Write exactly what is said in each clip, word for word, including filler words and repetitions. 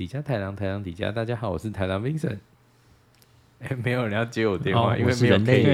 底加太郎，太郎底加，大家好，我是太郎 Vincent。哎，没有人要接我电话， 哦、 因为没有 K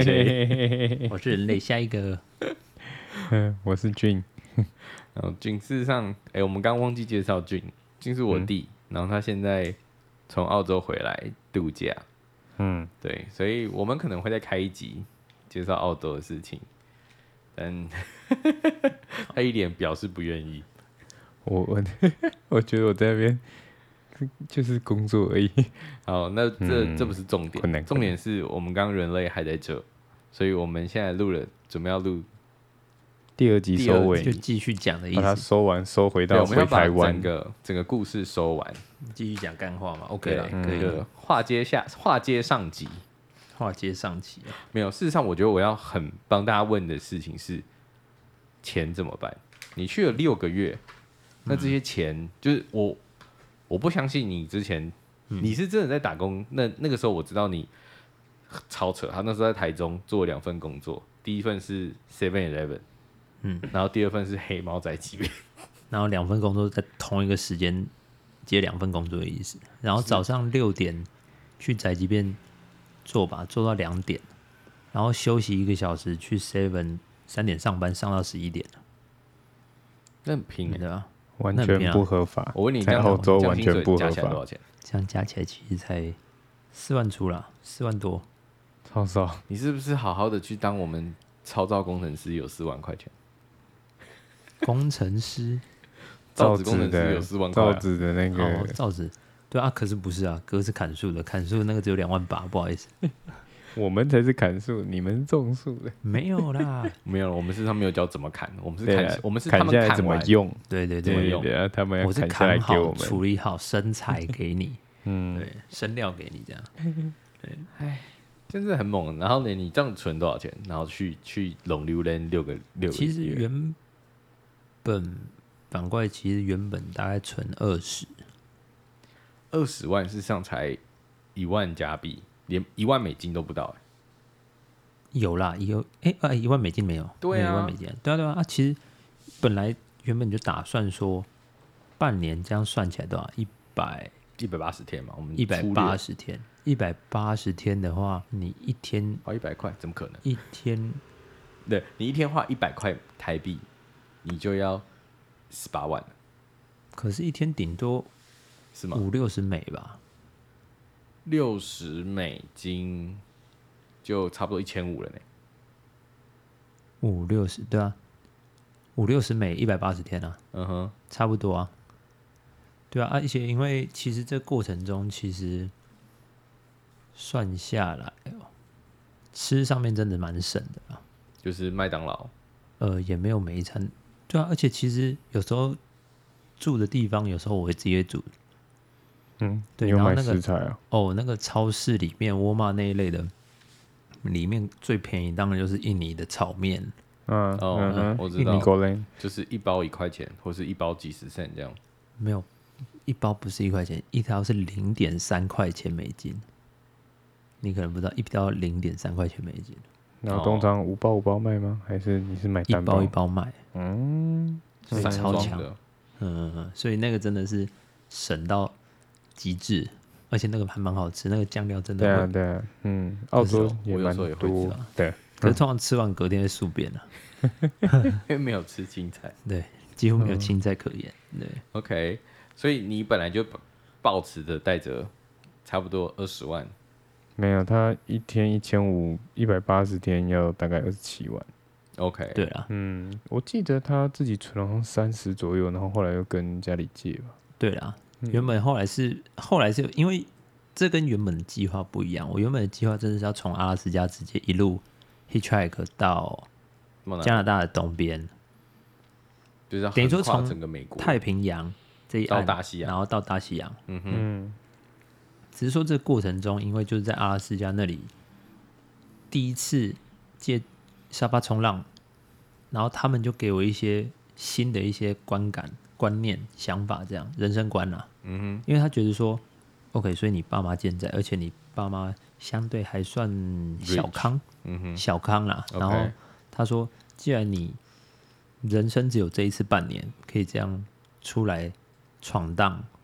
J。 我是人类，下一个。 嗯，我是俊。 然后俊，事实上，哎，我们刚忘记介绍俊，俊是我弟，嗯、然后他现在从澳洲回来度假。嗯，对，所以我们可能会再开一集介绍澳洲的事情，但他一脸表示不愿意。 我我我觉得我在那边就是工作而已。 好，那这、嗯、这不是重点，重点是我们刚刚人类还在这，所以我们现在录了，准备要录第二集收尾， 就继续讲的意思， 把它收完，收回到回台湾， 我们要把整个整个故事收完， 继续讲干话嘛 ？OK 了，可以了。 话接下，话接上集， 话接上集啊。 没有，事实上，我觉得我要很帮大家问的事情是，钱怎么办？你去了六个月，那这些钱、嗯、就是我，我不相信你之前、嗯、你是真的在打工。那那个时候我知道你超扯，他那时候在台中做两份工作，第一份是 seven eleven。嗯，然后第二份是黑猫宅急便， 然后两份工作在同一个时间接两份工作的意思。然后早上六点去宅急便做吧，做到两点，然后休息一个小时去 seven 三点上班，上到十一点。 那很拼对吧？ 完全不合法。 我问你， 在澳洲完全不合法。 多少钱？ 这样加起来其实才四万出啦，四万多， 超少。 你是不是好好的去当我们超造工程师有四万块钱？ 工程师， 造纸工程师有四万块、 啊，造纸的那个、 哦、造纸，对啊，可是不是啊，哥是砍树的，砍树那个只有两万八，不好意思， 我们才是砍树，你们是种树的， 没有啦， 没有，我们是他们没有教怎么砍，我们是砍，我们是砍下来怎么用， 对对对， 对对对，他们要砍下来给我们， 我是砍好处理好生材给你， 嗯， 对，生料给你这样，对， 哎。真的很猛，然后呢？你这样存多少钱？然后去去龙溜人六个六个月。 其实原本反过来，其实原本大概存二十， 二十万，事实上才一万加币，连一万美金都不到、欸。 有啦，有哎啊，一万美金没有？ 对啊， 一万美金，对啊对啊啊！其实本来原本就打算说，半年这样算起来多少？一百一百八十天嘛，我们一百八十天。一百八十天的话，你一天花一百块，怎么可能？ 一天， 对你一天花一百块台币，你就要十八万了。 可是，一天顶多是吗？ 五六十美吧， 六十美金就差不多一千五了呢。 五六十，对啊，五六十美一百八十天啊， 嗯哼， 差不多啊。对啊，而且因为其实这过程中，其实算下来，吃上面真的蛮省的啊。 就是麦当劳， 呃，也没有每一餐。对啊，而且其实有时候住的地方，有时候我会直接煮。 嗯， 对， 有买那个食材啊。 哦，那个超市里面，沃尔玛那一类的，里面最便宜当然就是印尼的炒面。 嗯， 哦， 嗯嗯我知道，就是一包一块钱，或是一包几十 cent 这样。 没有，一包不是一块钱，一条是零点三块钱美金。你可能不知道，一包零点三块钱美金。 然后通常五包五包卖吗？还是你是买单包？一包一包卖。 嗯， 所以超强的。嗯嗯，所以那个真的是省到极致，而且那个还蛮好吃，那个酱料真的会。 对啊对啊，嗯，澳洲也蛮多。对， 可是通常吃完隔天会宿便了， 因为没有吃青菜。 对，几乎没有青菜可言。对 ，OK， 所以你本来就抱持着带着差不多二十万。 没有，他一天一千五，一百八十天要大概二十七万。 OK， 对啊， 嗯，我记得他自己存了三十左右，然后后来又跟家里借吧。 对啦，原本后来是、嗯、后来是因为这跟原本的计划不一样，我原本的计划真的是要从阿拉斯加直接一路 hitchhike 到加拿大的东边， 就是要等于说从整个美国太平洋这一岸到大西洋， 然后到大西洋。 嗯哼。 只是说这个过程中，因为就是在阿拉斯加那里第一次借沙发冲浪，然后他们就给我一些新的一些观感、观念、想法，这样人生观啦、啊。 嗯哼， 因为他觉得说 ，OK， 所以你爸妈健在，而且你爸妈相对还算小康， 嗯哼， 小康啦。然后他说，既然你人生只有这一次半年可以这样出来闯荡。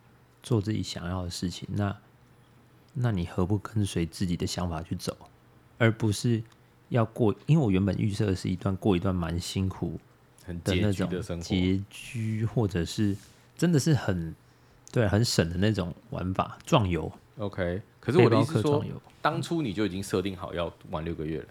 做自己想要的事情，那那你何不跟随自己的想法去走，而不是要过？因为我原本预设的是一段过一段蛮辛苦很拮的那种据的生活， 拮据，或者是真的是很对很省的那种玩法，壮游。 OK， 可是我的意思是说背包客壮游， 当初你就已经设定好要玩六个月了，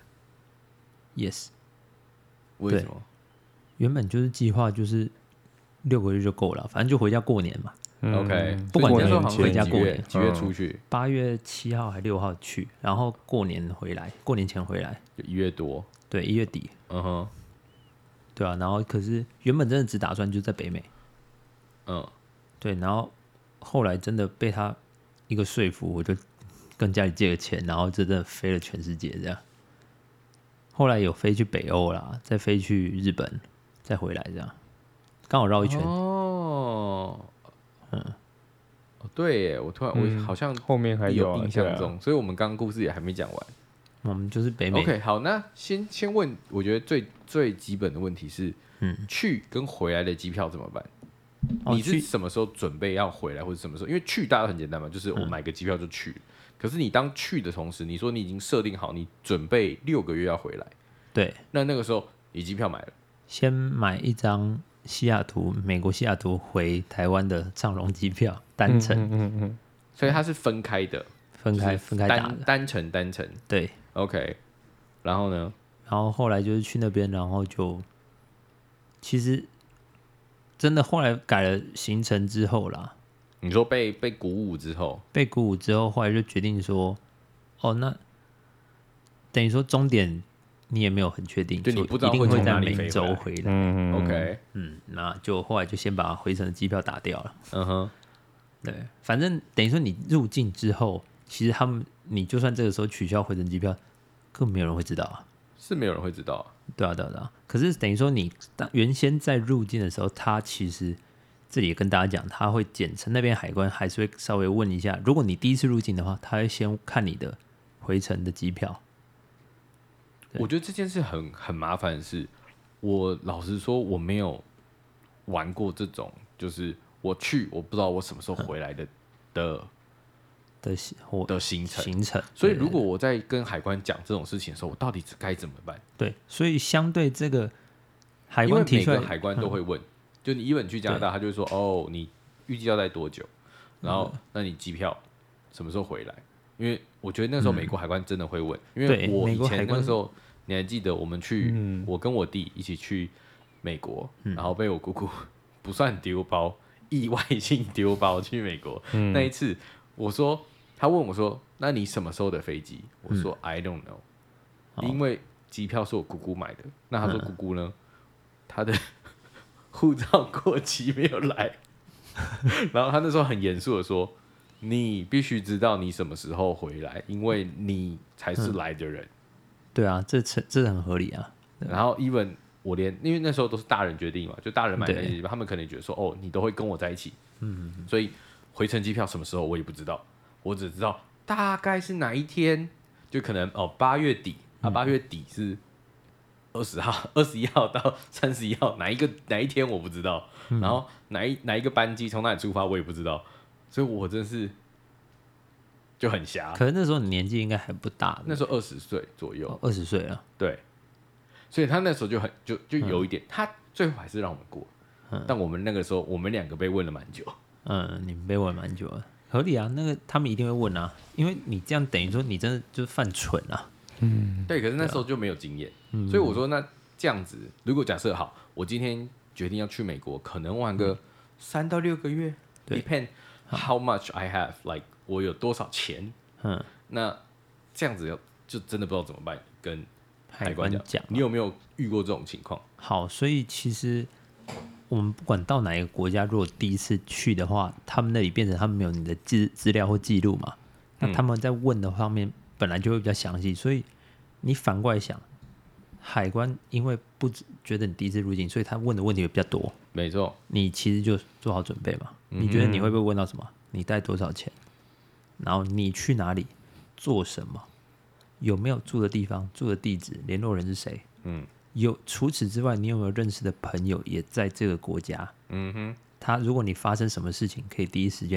Yes， 为什么？ 原本就是计划就是六个月就够了，反正就回家过年嘛。 嗯 OK， 不管所以你那时候过年好像回家几月过年几月出去， 八月七号还六号去，然后过年回来，过年前回来， 就一月多， 对，一月底， 嗯哼， 对啊，然后可是原本真的只打算就在北美， 嗯， 对，然后后来真的被他一个说服，我就跟家里借了钱，然后真的飞了全世界这样。后来有飞去北欧啦，再飞去日本，再回来这样，刚好绕一圈。 哦，嗯，哦，对耶，我突然、 嗯我好像后面还有啊对啊印象中，所以我们刚刚故事也还没讲完。 我们就是北美 OK， 好，那先先问，我觉得最最基本的问题是， 嗯， 去跟回来的机票怎么办？ 哦去你是什么时候准备要回来，或者什么时候？因为去大家都很简单嘛，就是我买个机票就去。可是你当去的同时，你说你已经设定好，你准备六个月要回来， 对， 那那个时候你机票买了， 先买一张西雅图，美国西雅图回台湾的长荣机票，单程、 嗯嗯嗯所以它是分开的， 分开就是分开打单的， 单程单程。 对。 OK，然后呢？ 然后后来就是去那边，然后就其实真的后来改了行程之后啦， 你说被被鼓舞之后， 被鼓舞之后，后来就决定说，哦，那等于说终点你也没有很确定， 就你说不知道会一定会在从哪里飞回每周来回来。 嗯 OK， 嗯，那就后来就先把回程的机票打掉了。 嗯哼， 对，反正等于说你入境之后，其实他们你就算这个时候取消回程机票，根本没有人会知道啊。 是没有人会知道啊。 对啊，对啊，对啊。可是等于说你当原先在入境的时候，他其实这里也跟大家讲，他会检测那边海关还是会稍微问一下，如果你第一次入境的话，他会先看你的回程的机票。 我觉得这件事很很麻烦的是，我老实说我没有玩过这种，就是我去我不知道我什么时候回来的、的的行或的行程。 行程， 所以对如果我在跟海关讲这种事情的时候，我到底该怎么办？ 对，所以相对这个海因为关提出来， 每个海关都会问，就你一本去加拿大，他就会说哦，你预计要待多久？然后那你机票什么时候回来？因为我觉得那时候美国海关真的会问，因为对我以美国海关前那个时候你还记得我们去， 嗯我跟我弟一起去美国， 嗯然后被我姑姑不算丢包，意外性丢包去美国、 嗯那一次，我说他问我说，那你什么时候的飞机？我说、 嗯 I don't know，、 哦因为机票是我姑姑买的。那他说嗯姑姑呢，她的护照过期没有来，然后他那时候很严肃的说，你必须知道你什么时候回来，因为你才是来的人。 对啊，这这这很合理啊。 然后 even 我连因为那时候都是大人决定嘛，就大人买那些对机票，他们可能觉得说，哦，你都会跟我在一起，嗯，所以回程机票什么时候我也不知道，我只知道大概是哪一天，就可能哦八月底啊，八月底是二十号、二十一号到三十一号，哪一个哪一天我不知道，然后哪一哪一个班机从哪里出发我也不知道，所以我真是就很瞎。 可是那时候你年纪应该还不大， 那时候二十岁左右， 二十岁了， 对，所以他那时候就很就就有一点，他最后还是让我们过，但我们那个时候我们两个被问了蛮久， 嗯，你们被问蛮久了，合理啊。那个他们一定会问啊，因为你这样等于说你真的就是犯蠢啊。 嗯对，可是那时候就没有经验，所以我说那这样子，如果假设好，我今天决定要去美国，可能玩个三到六个月对 ，depend how much I have，like 我有多少钱， 嗯， 那这样子要就真的不知道怎么办，跟海关讲海关讲， 你有没有遇过这种情况？ 好，所以其实我们不管到哪一个国家，如果第一次去的话，他们那里变成他们没有你的资资料或记录嘛，那他们在问的方面本来就会比较详细，所以你反过来想，海关因为不觉得你第一次入境，所以他问的问题会比较多， 没错， 你其实就做好准备嘛。你觉得你会不会问到什么？你带多少钱？然后你去哪里做什么？有没有住的地方、住的地址、联络人是谁？ 嗯有除此之外，你有没有认识的朋友也在这个国家？ 嗯哼， 他如果你发生什么事情，可以第一时间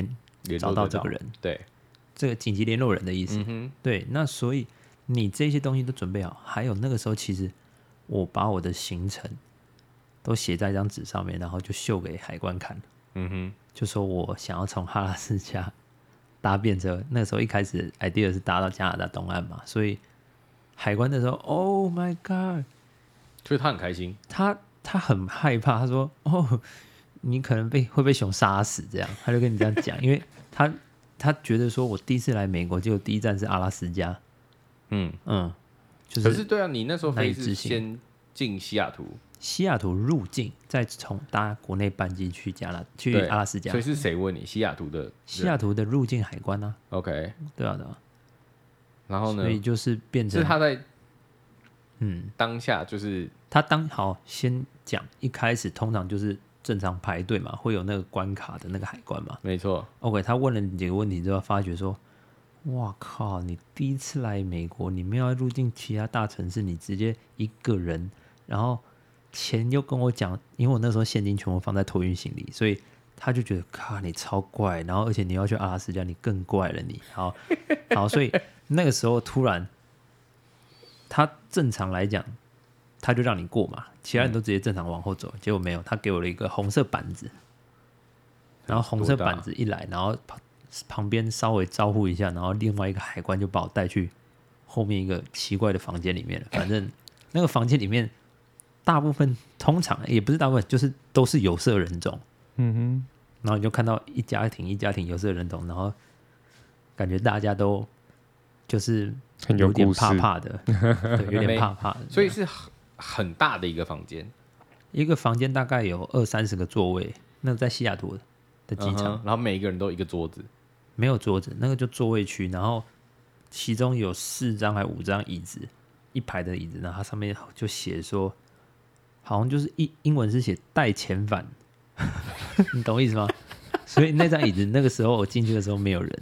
找到这个人， 对， 这个紧急联络人的意思。 嗯哼， 对，那所以你这些东西都准备好，还有那个时候其实我把我的行程都写在一张纸上面，然后就秀给海关看， 嗯哼， 就说我想要从哈拉斯加搭便车，那个时候一开始 idea 是搭到加拿大东岸嘛，所以海关的时候 ，Oh my God， 所以他很开心， 他他很害怕，他说哦，你可能被会被熊杀死这样，他就跟你这样讲，因为他他觉得说我第一次来美国，结果第一站是阿拉斯加， 嗯嗯，就是可是对啊，你那时候飞是难以置信先进西雅图， 西雅图入境，再从搭国内班机去加拿去对阿拉斯加所以，是谁问你西雅图的人？ 西雅图的入境海关啊， OK， 对啊对啊， 然后呢所？以就是变成是他在嗯， 当下就是他当好先讲，一开始通常就是正常排队嘛，会有那个关卡的那个海关嘛。 没错， OK，他问了你几个问题之后，发觉说，哇靠，你第一次来美国，你没有要入境其他大城市，你直接一个人，然后钱又跟我讲，因为我那时候现金全部放在托运行李，所以他就觉得靠你超怪，然后而且你要去阿拉斯加，你更怪了你。好，好，所以那个时候突然，他正常来讲，他就让你过嘛，其他人都直接正常往后走，结果没有，他给我了一个红色板子，然后红色板子一来，然后旁旁边稍微招呼一下，然后另外一个海关就把我带去后面一个奇怪的房间里面了。反正那个房间里面，大部分通常也不是大部分，就是都是有色人种。 嗯哼， 然后你就看到一家庭一家庭有色人种，然后感觉大家都就是很有点故事怕怕的，对，有点怕怕的。 所以是很很大的一个房间， 一个房间大概有二三十个座位，那个在西雅图的机场、 嗯哼然后每一个人都一个桌子， 没有桌子，那个就座位区，然后其中有四张还五张椅子，一排的椅子，然后它上面就写说，好像就是英英文是写待遣返，你懂我意思吗？所以那张椅子那个时候我进去的时候没有人。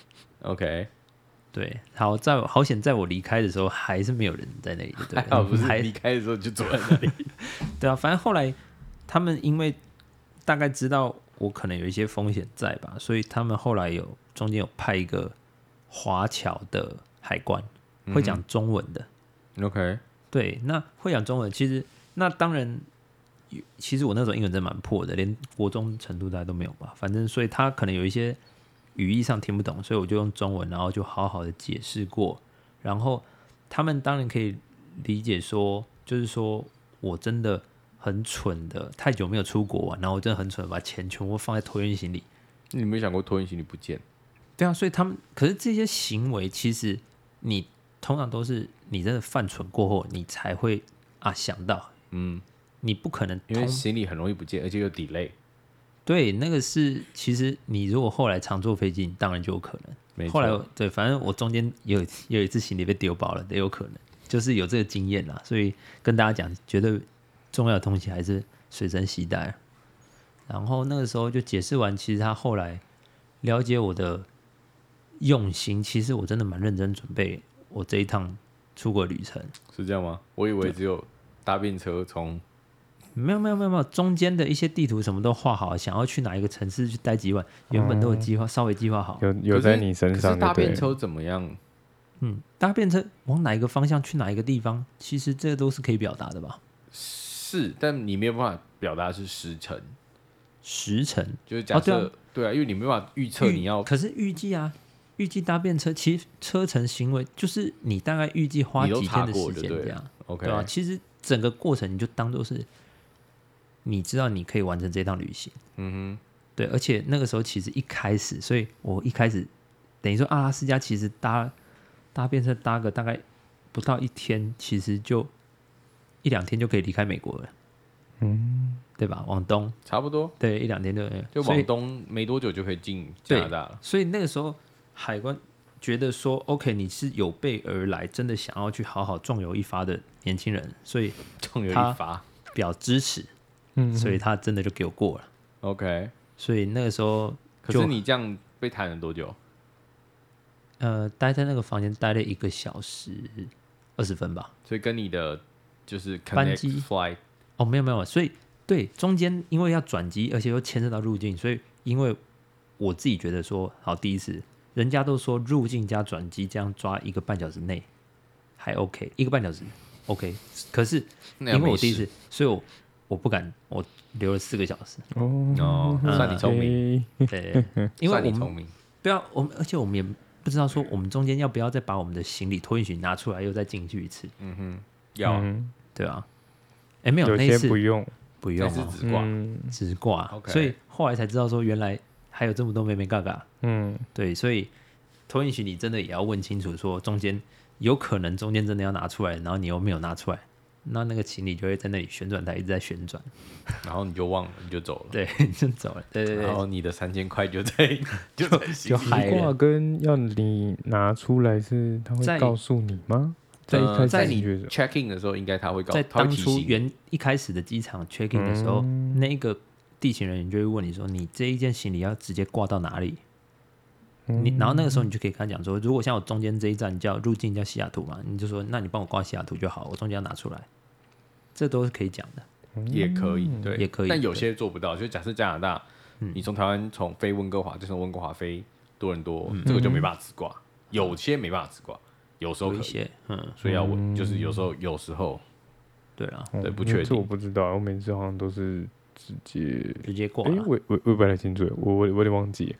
OK， 对，好在好险，在我离开的时候还是没有人在那里，对还好不是还离开的时候就坐在那里， 对啊，反正后来他们因为大概知道我可能有一些风险在吧，所以他们后来有中间有派一个华侨的海关，会讲中文的。 OK， 对，那会讲中文，其实那当然，其实我那时候英文真的蛮破的，连国中程度大家都没有吧。反正，所以他可能有一些语义上听不懂，所以我就用中文，然后就好好的解释过。然后他们当然可以理解说，就是说我真的很蠢的，太久没有出国玩，然后我真的很蠢的把钱全部放在托运行李。 你有没有想过托运行李不见？ 对啊，所以他们可是这些行为，其实你通常都是你真的犯蠢过后，你才会啊想到， 嗯， 你不可能因为通行李很容易不见，而且有 delay， 对，那个是其实你如果后来常坐飞机，你当然就有可能。 没错后来我对，反正我中间也有也有一次行李被丢包了，也有可能，就是有这个经验啦。所以跟大家讲，绝对重要的东西还是随身携带。然后那个时候就解释完，其实他后来了解我的用心，其实我真的蛮认真准备我这一趟出国旅程。 是这样吗？我以为只有搭便车从没有没有没有没有，中间的一些地图什么都画好，想要去哪一个城市去待几晚，原本都有计划，稍微计划好。 有有在你身可是上就对了， 搭便车怎么样？ 嗯，搭便车往哪一个方向去哪一个地方，其实这都是可以表达的吧？ 是，但你没有办法表达是时程， 时程就是假设、 哦对啊对啊，因为你没办法预测你要， 可是预计啊，预计搭便车，其实车程行为就是你大概预计花你都几天的查过就时间这样， 对了 OK， 对吧、其实整个过程你就当做是你知道你可以完成这趟旅行， 嗯对，而且那个时候其实一开始，所以我一开始等于说阿拉斯加其实搭搭便车搭个大概不到一天，其实就一两天就可以离开美国了， 嗯， 对吧？往东， 哼，差不多， 对，一两天就就所以往东没多久就可以进加拿大了。 所以那个时候海关觉得说 ，OK， 你是有备而来，真的想要去好好壮游一发的年轻人，所以仲有一他发表支持， 嗯所以他真的就给我过了。 ，OK。 所以那个时候可就是你这样被谈了多久？ 呃，待在那个房间待了一个小时二十分吧。 所以跟你的就是班 connect 机 flight， 哦，没有没有，所以对中间因为要转机，而且又牵涉到入境，所以因为我自己觉得说，好，第一次人家都说入境加转机这样抓一个半小时内还 OK， 一个半小时 OK， 可是因为我第一次，所以我我不敢，我留了四个小时。 哦哦，算你聪明， 对，因为我们算你聪明。 不要我们，而且我们也不知道说我们中间要不要再把我们的行李托运行拿出来，又再进去一次。 嗯哼，要， 嗯对啊。哎，没有， 有那一次些不用， 不用啊， 那是直挂， 嗯直挂。 OK 所以后来才知道说，原来还有这么多妹妹嘎嘎。 嗯， 对，所以托运行李真的也要问清楚，说中间有可能中间真的要拿出来，然后你又没有拿出来，那那个行李就会在那里旋转台一直在旋转， 然后你就忘了，你就走了， 对，就走了。对对对， 然后你的三千块就在就在就行李嗨了挂跟要你拿出来是他会在告诉你吗？在一开始呃在你进去的时候 check in 的时候，应该他会告， 在他会当初提醒。 原一开始的机场 check in 的时候， 嗯那个地勤人员就会问你说，你这一件行李要直接挂到哪里？你然后那个时候你就可以跟他讲说，如果像我中间这一站叫入境叫西雅图嘛，你就说那你帮我挂西雅图就好，我中间要拿出来，这都是可以讲的。 也可以，对， 也可以但有些做不到。就假设加拿大，你从台湾从飞温哥华，就从温哥华飞多伦多，这个就没办法直挂。有些没办法直挂，有时候可以， 有一些，嗯， 所以要问，就是有时候有时候对啊， 哦对不确定这我不知道，我每次好像都是直接， 直接挂哎， 了。 我我我也不太清楚，我我我有点忘记了。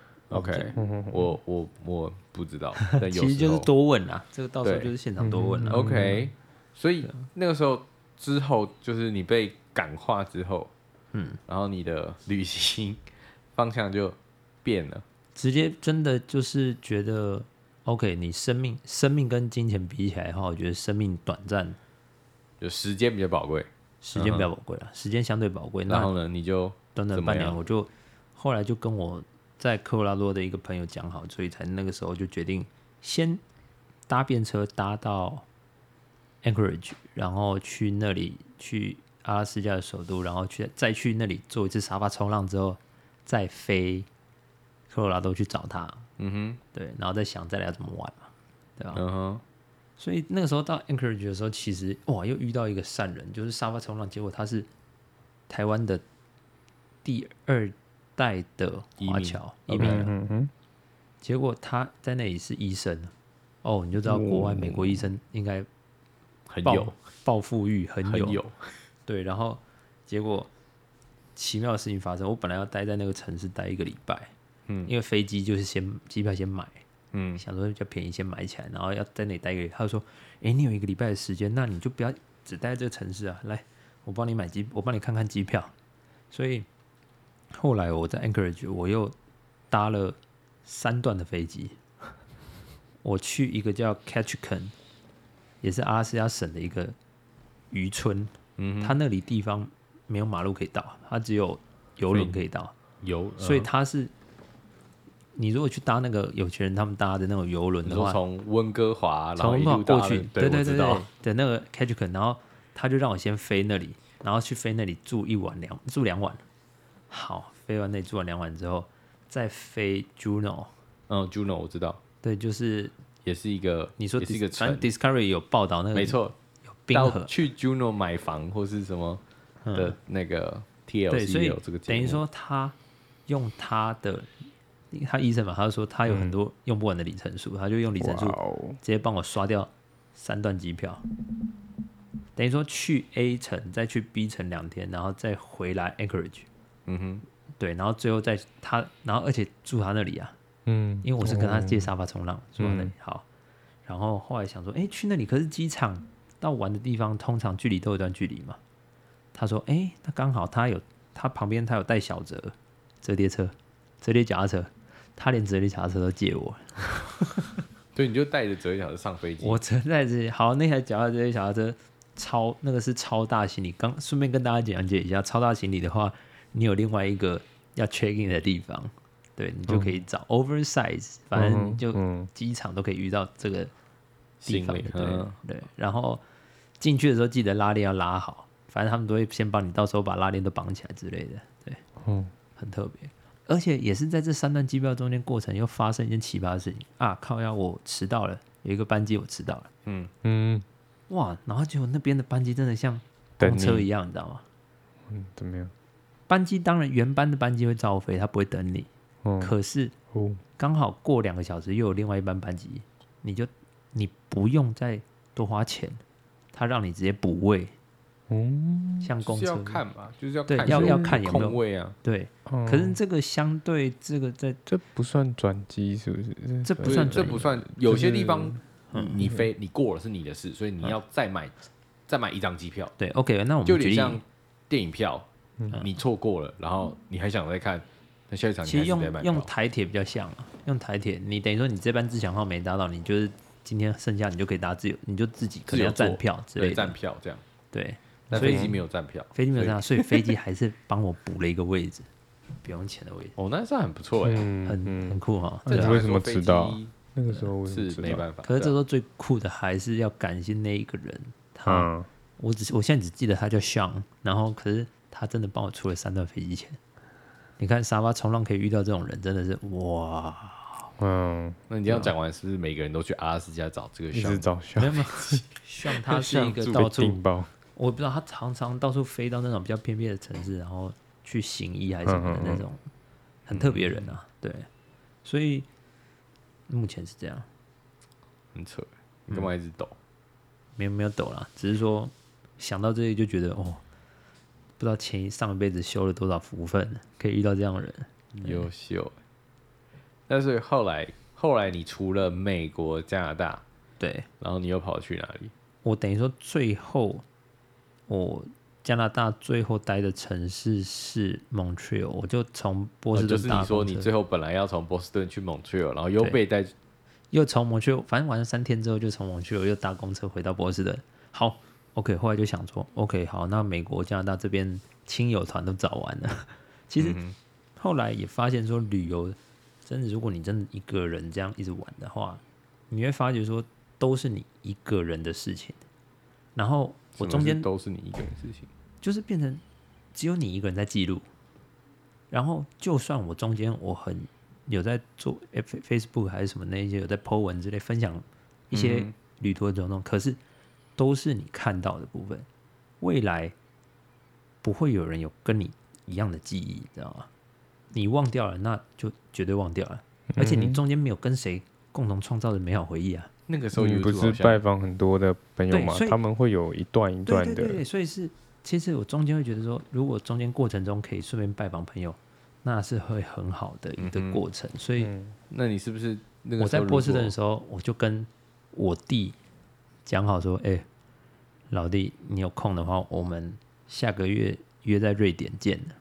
OK， 嗯我我我不知道，但有时候其实就是多问啦，这个到时候对就是现场多问啦。 OK，所以那个时候之后，就是你被感化之后， 嗯， 然后你的旅行方向就变了。 直接真的就是觉得 OK， 你生命生命跟金钱比起来的话，我觉得生命短暂， 就时间比较宝贵， 时间比较宝贵了，时间相对宝贵。那然后呢，你就短短半年， 怎么样我就后来就跟我在科罗拉多的一个朋友讲好，所以才那个时候就决定先搭便车搭到 Anchorage， 然后去那里去阿拉斯加的首都，然后去再去那里做一次沙发冲浪之后，再飞科罗拉多去找他。 嗯哼， 对，然后再想再来要怎么玩嘛，对吧？ 嗯哼， 所以那个时候到 Anchorage 的时候，其实哇，又遇到一个善人，就是沙发冲浪，结果他是台湾的第二代的华侨移民了， 嗯嗯结果他在那里是医生，哦，你就知道国外美国医生应该暴很有暴富裕很有， 很有， 对，然后结果奇妙的事情发生，我本来要待在那个城市待一个礼拜， 嗯因为飞机就是先机票先买。 嗯想说比较便宜，先买起来，然后要在那里待一个月。他就说：“哎、你有一个礼拜的时间，那你就不要只待在这个城市啊，来，我帮你买机，我帮你看看机票。”所以后来我在 Anchorage，我又搭了三段的飞机，我去一个叫 Ketchikan， 也是阿拉斯加省的一个渔村， 嗯哼， 它那里地方没有马路可以到，它只有游轮可以到， 有， 所以嗯它是。你如果去搭那个有钱人他们搭的那种游轮你说的话， 从温哥华，然后从一路到过去， 对对对对我知道对的那个 Ketchikan， 然后他就让我先飞那里，然后去飞那里住一晚两住两晚，好，飞完那里住完两晚之后，再飞 Juneau， 嗯，Juneau 我知道， 对，就是也是一个， 你说也是一个 Dis- 反城正，Discovery 有报道那个没错， 有冰河，嗯到去 Juneau 买房或是什么的那个 T L 对， C 所以也有这个节目， 等于说他用他的他医生嘛，他就说他有很多用不完的里程数，他就用里程数哇哦， 直接帮我刷掉三段机票，等于说去 A 城再去 B 城两天，然后再回来 Anchorage， 嗯哼， 对，然后最后再他，然后而且住他那里啊， 嗯， 因为我是跟他借沙发冲浪，住他那里嗯好，然后后来想说，哎，去那里可是机场到玩的地方，通常距离都有一段距离嘛。他说，哎，他刚好他有他旁边他有带小折折叠车、折叠脚踏车，他连折叠脚踏车都借我。 对，你就带着折叠脚车上飞机， 我折在这里，好，那台脚踏车脚踏车超那个是超大行李，刚顺便跟大家讲解一下，超大行李的话，你有另外一个要 check in 的地方，对你就可以找 oversize，、反正就嗯机场都可以遇到这个地方， 行李对、 嗯对。然后进去的时候记得拉链要拉好，反正他们都会先帮你，到时候把拉链都绑起来之类的，对， 嗯很特别。而且也是在这三段机票中间过程，又发生一件奇葩的事情啊！靠呀，我迟到了，有一个班机我迟到了。 嗯， 嗯哇，然后结果那边的班机真的像等公车你一样，你知道吗？ 嗯，怎么样？ 班机当然原班的班机会照飞，它不会等你。 哦可是哦刚好过两个小时又有另外一班班机，你就你不用再多花钱，他让你直接补位， 嗯， 就是要像公车看嘛，就是要对看有要要看有没有空位啊。 对。 哦可是这个相对这个在这不算转机是不是？ 这不是不算转移这不算，有些地方嗯你飞你过了是你的事，所以你要再买再买一张机票， 对 OK， 那我们举例就有点像电影票，你错过了，然后你还想再看，那下一场你其实用还是得买票用。台铁比较像啊，用台铁，你等于说你这班自强号没搭到，你就是今天剩下你就可以搭自由，你就自己可能要站票之类对，站的。 票这样， 对，所以但飞机没有站票， 飞机没有站，所以飞机还是帮我补了一个位置，不用钱的位置， 哦，那算很不错哎。 嗯很嗯， 很酷哈。 那你为什么知道？那个时候为什么知道？ 是没办法， 可是这时候最酷的还是要感谢那一个人，他嗯， 我只我现在只记得他叫 Sean，然后可是他真的帮我出了三段飞机钱。你看沙发冲浪可以遇到这种人，真的是哇！ 嗯， 那你这样讲完，是不是每个人都去阿拉斯加找这个项目？ 一直找笑没，有没有，Sean 他是一个像被到处订爆。 我不知道他常常到处飞到那种比较偏僻的城市，然后去行医还是什么的那种很特别的人啊。对，所以目前是这样， 很扯，你干嘛一直抖？ 没有没有抖啦，只是说想到这里就觉得哦，不知道前一上一辈子修了多少福分，可以遇到这样的人。 优秀。但是后来，后来你除了美国、加拿大， 对然后你又跑去哪里？ 我等于说最后我加拿大最后待的城市是 Montreal，我就从波士呃就顿搭是你说公车你最后本来要从波士顿去 Montreal，然后又对被带又从蒙去，反正玩了三天之后，就从蒙去，又搭公车回到波士顿。好 ，OK， 后来就想说，OK， 好，那美国、加拿大这边亲友团都找完了。其实、 嗯后来也发现说，旅游真的，如果你真的一个人这样一直玩的话，你会发觉说，都是你一个人的事情。然后我中间都是你一个人的事情。 就是变成只有你一个人在记录，然后就算我中间我很有在做 Facebook 还是什么那一些有在 po 文之类分享一些嗯旅途的种种，可是都是你看到的部分，未来不会有人有跟你一样的记忆，知道吗？你忘掉了，那就绝对忘掉了，而且你中间没有跟谁共同创造的美好回忆啊。 那个时候你 YouTube 不是好像拜访很多的朋友吗对所？以他们会有一段一段的， 对对对对，所以是其实我中间会觉得说，如果中间过程中可以顺便拜访朋友，那是会很好的一个嗯哼过程。所以嗯那你是不是那个我在波士顿的候时候，我就跟我弟讲好说，哎、老弟，你有空的话，我们下个月约在瑞典见的。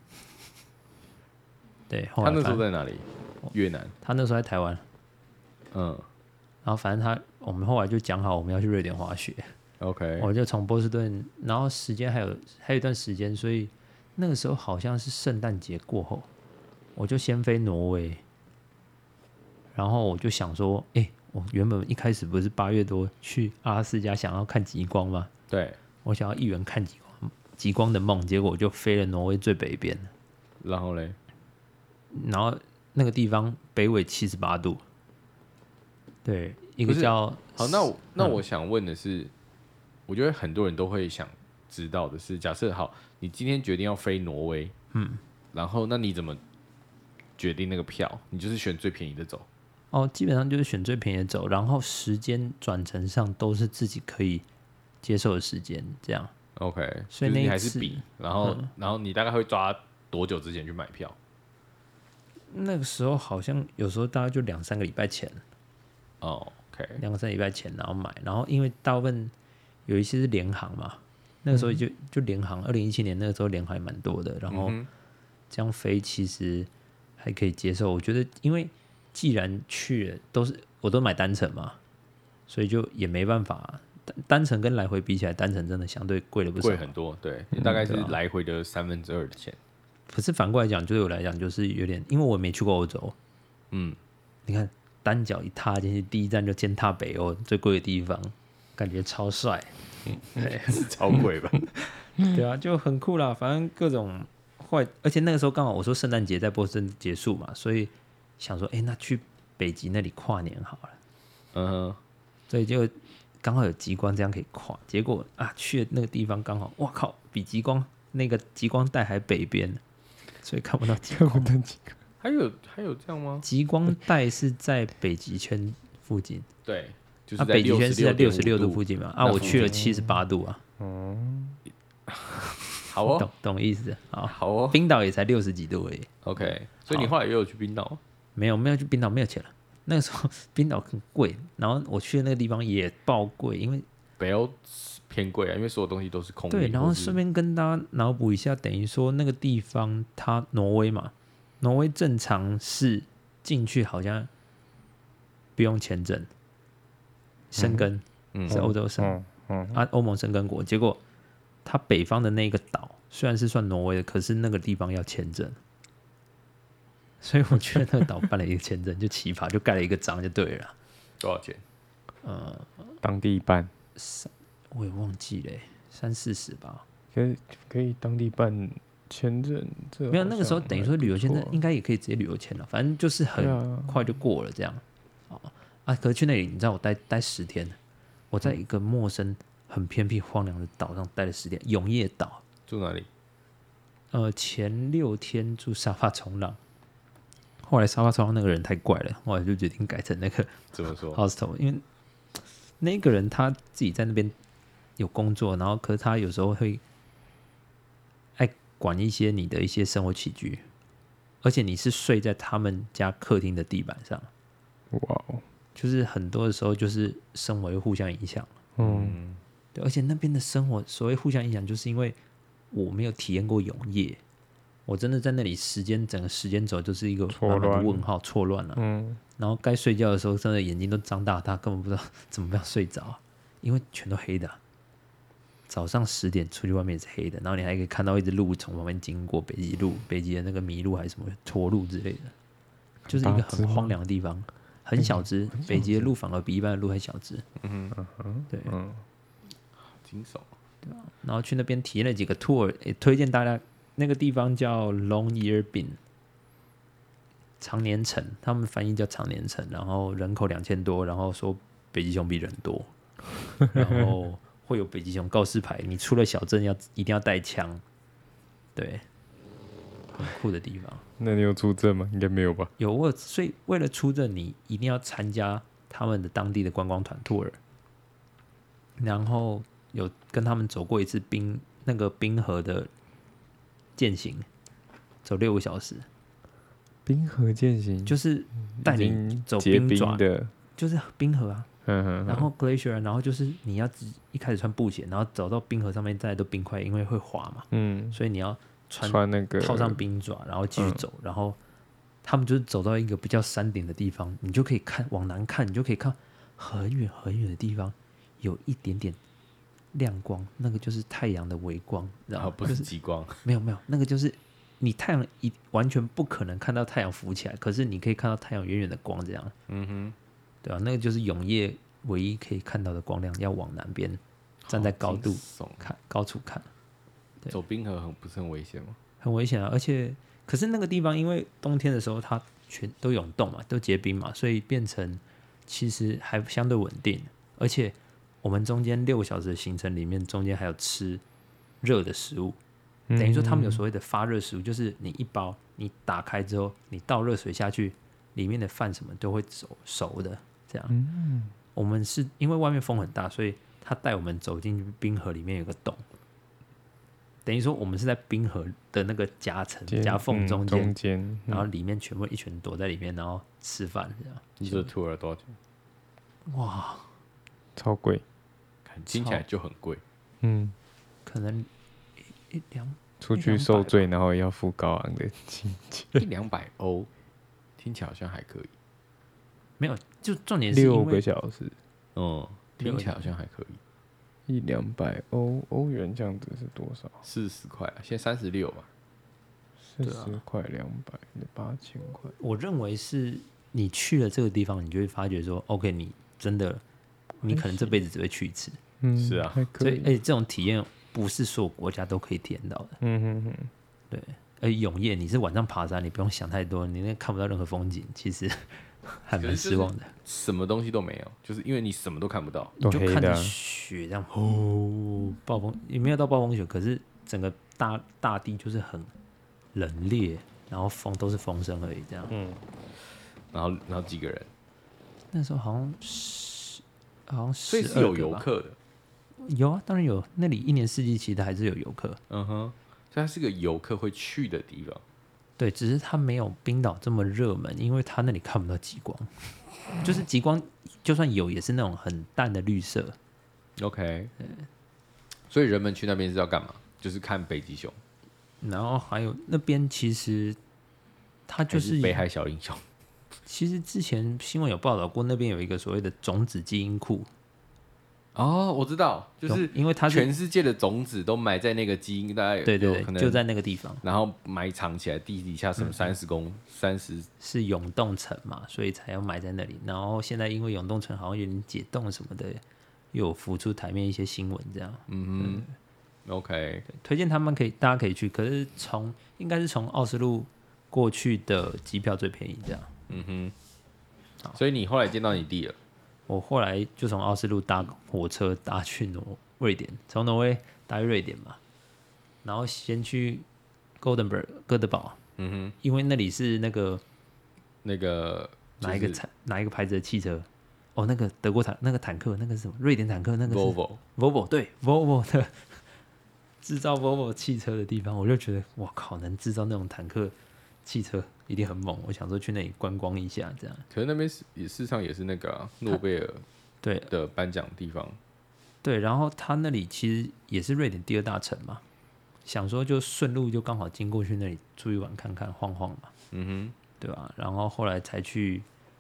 对，后如果他那时来反正候在哪里？越南。 他那时候在台湾， 嗯然后反正他我们后来就讲好我们要去瑞典滑雪， ，OK， 我就从波士顿，然后时间还有还有一段时间，所以那个时候好像是圣诞节过后，我就先飞挪威，然后我就想说，哎、我原本一开始不是八月多去阿拉斯加想要看极光吗？ 对， 我想要一圆看极光极光的梦，结果我就飞了挪威最北边， 然后嘞， 然后那个地方北纬七十八度，对，一个不是叫好，那我那嗯我想问的是，我觉得很多人都会想知道的是，假设好，你今天决定要飞挪威， 嗯， 然后那你怎么决定那个票？你就是选最便宜的走。 哦，基本上就是选最便宜的走，然后时间转乘上都是自己可以接受的时间，这样。 OK， 所以就是你那一次还是比，然后、 嗯然后你大概会抓多久之前去买票？ 那个时候好像有时候大概就两三个礼拜前， 哦，OK， 两三个礼拜前然后买，然后因为大部分有一些是联航嘛，那个时候就、就联航，二零一七年那个时候联航也蛮多的，然后嗯哼这样飞其实还可以接受。我觉得因为既然去了都是我都买单程嘛，所以就也没办法。单单程跟来回比起来，单程真的相对贵了不少。 贵很多，对，大概是对啊来回的三分之二的钱。 可是反过来讲，对我来讲就是有点，因为我没去过欧洲， 嗯， 你看单脚一踏进去，第一站就践踏北欧最贵的地方，感觉超帅。对， 是超贵吧？ 对啊，就很酷啦。反正各种坏，而且那个时候刚好我说圣诞节在波士顿结束嘛，所以想说，哎、那去北极那里跨年好了。 嗯哼， 所以就刚好有极光，这样可以跨。结果啊，去的那个地方刚好，哇靠，比极光那个极光带还北边，所以看不到极光。 看不到几个。 还有还有这样吗？ 极光带是在北极圈附近， 对，就啊， 是在北极圈是在六十六度度附近嘛？啊，我那附近去了七十八度啊， 好哦懂，懂意思？好， 好哦冰岛也才六十几度而已， ，OK。所以你后来也有去冰岛？ 没有没有去冰岛没有钱了。那个时候冰岛很贵，然后我去的那个地方也爆贵，因为北欧偏贵啊，因为所有东西都是空运。 对，然后或是顺便跟大家脑补一下，等于说那个地方它挪威嘛，挪威正常是进去好像不用签证，申根、 嗯是欧洲生、 嗯嗯， 啊，欧盟申根国。结果它北方的那个岛虽然是算挪威的，可是那个地方要签证，所以我去了那个岛办了一个签证，就奇葩，就盖了一个章就对了。 多少钱？ 当地办， 我也忘记了、三四十吧。 可以可以当地办签证，这没有， 好那个时候像等于说旅游签证还不错应该也可以直接旅游签了，反正就是很对啊快就过了这样。哦啊，可是去那里，你知道我待待十天，我在一个陌生、很偏僻、荒凉的岛上待了十天，永业岛。 住哪里？ 呃，前六天住沙发冲浪，后来沙发冲浪那个人太怪了，后来就决定改成那个怎么说？ hostel，因为那个人他自己在那边有工作，然后可是他有时候会爱管一些你的一些生活起居，而且你是睡在他们家客厅的地板上， 哇哦， 就是很多的时候就是生活会互相影响。 嗯， 对，而且那边的生活所谓互相影响，就是因为我没有体验过永夜，我真的在那里时间整个时间轴就是一个错满满的乱问号，错乱了。 嗯， 然后该睡觉的时候，真的眼睛都张大大，根本不知道怎么样睡着，因为全都黑的啊、早上十点出去外面也是黑的，然后你还可以看到一只鹿从旁边经过，北极鹿、北极的那个麋鹿还是什么驼鹿之类的，就是一个很荒凉的地方，很小只，北极的鹿反而比一般的鹿还小只。 嗯哼， 对， 嗯， 惊悚。 然后去那边体验了几个 tour，也推荐大家那个地方叫 Long Year Bin 长年城，他们翻译叫长年城，然后人口两千多，然后说北极熊比人多，然后会有北极熊告示牌，你出了小镇要一定要带枪，对，很酷的地方。 那你有出证吗？应该没有吧？ 有我，所以为了出证，你一定要参加他们的当地的观光团 tour，然后有跟他们走过一次冰那个冰河的践行，走六个小时， 冰河践行就是带你已经走结冰爪冰的， 就是冰河啊， 嗯哼然后 glacier，然后就是你要自己一开始穿布鞋，然后走到冰河上面，再来都冰块，因为会滑嘛， 嗯， 所以你要穿穿那个套上冰爪，然后继续走，然后他们就是走到一个比较山顶的地方，你就可以看往南看，你就可以看很远很远的地方有一点点亮光，那个就是太阳的微光，然后然后不是极光， 没有没有，那个就是你太阳一完全不可能看到太阳浮起来，可是你可以看到太阳远远的光，这样， 嗯哼， 对吧、那个就是永夜唯一可以看到的光亮，要往南边站在高度好惊悚看，高处看。对走冰河很不是很危险吗？ 很危险啊！而且，可是那个地方因为冬天的时候它全都涌冻嘛，都结冰嘛，所以变成其实还相对稳定。而且我们中间六个小时的行程里面，中间还有吃热的食物，等于说他们有所谓的发热食物，就是你一包你打开之后，你倒热水下去，里面的饭什么都会熟熟的。这样， 嗯， 我们是因为外面风很大，所以他带我们走进冰河里面有个洞。等于说，我们是在冰河的那个夹层、 间夹缝嗯中间， 中间， 然后里面全部一群躲在里面，然后吃饭这样。 你这 tour 多少钱？ 哇， 超贵， 看听起来就很贵。 嗯， 可能一一两出去受罪，然后要付高昂的金钱， 一两百欧，听起来好像还可以。 没有，就重点是因为六个小时， 嗯，听起来好像还可以。 一两百欧欧元这样子是多少？ 四十块啊，现在三十六吧。 四十块两百，八千块。 我认为是你去了这个地方，你就会发觉说，OK，你真的，你可能这辈子只会去一次。 嗯， 是啊还可以。 所以，而且这种体验不是所有国家都可以体验到的。 嗯哼哼， 对，而永夜你是晚上爬山，你不用想太多，你那看不到任何风景，其实还蛮失望的。 什么东西都没有，就是因为你什么都看不到。 你就看着都黑的啊雪这样，哦，暴风也没有到暴风雪，可是整个大大地就是很冷冽， 然后风都是风声而已，这样。 嗯， 然后然后几个人， 那时候好像十，好像所以是十二个吧。 有游客的。 有啊，当然有，那里一年四季其实还是有游客。 嗯哼，所以它是个游客会去的地方。 对，只是它没有冰岛这么热门，因为它那里看不到极光，就是极光就算有，也是那种很淡的绿色。 OK，所以人们去那边是要干嘛？就是看北极熊， 然后还有那边其实它就还是北海小英雄。 其实之前新闻有报道过，那边有一个所谓的种子基因库。 哦，我知道，就是因为它是全世界的种子都埋在那个基因，大概有对对对， 可能就在那个地方， 然后埋藏起来，地底下什么三十公三十是永冻层嘛，所以才要埋在那里。然后现在因为永冻层好像有点解冻什么的，又有浮出台面一些新闻这样。 嗯哼，OK， 推荐他们可以，大家可以去。可是从应该是从奥斯陆过去的机票最便宜这样。 嗯哼，所以你后来见到你弟了。 我后来就从奥斯陆搭火车搭去挪瑞典，从挪威搭去瑞典嘛，然后先去 Gothenburg 哥德堡， 嗯哼， 因为那里是那个那个、就是、 哪一个产哪一个牌子的汽车？哦，那个德国坦那个坦克，那个是什么？瑞典坦克，那个是 Volvo Volvo 对 Volvo 的制造 Volvo 汽车的地方，我就觉得哇靠，能制造那种坦克汽车一定很猛。我想说去那里观光一下，这样。 可是那边是也事实上也是那个、啊、诺贝尔对的颁奖地方。 对，然后他那里其实也是瑞典第二大城嘛，想说就顺路就刚好经过去那里住一晚看看晃晃嘛， 嗯对吧？然后后来才去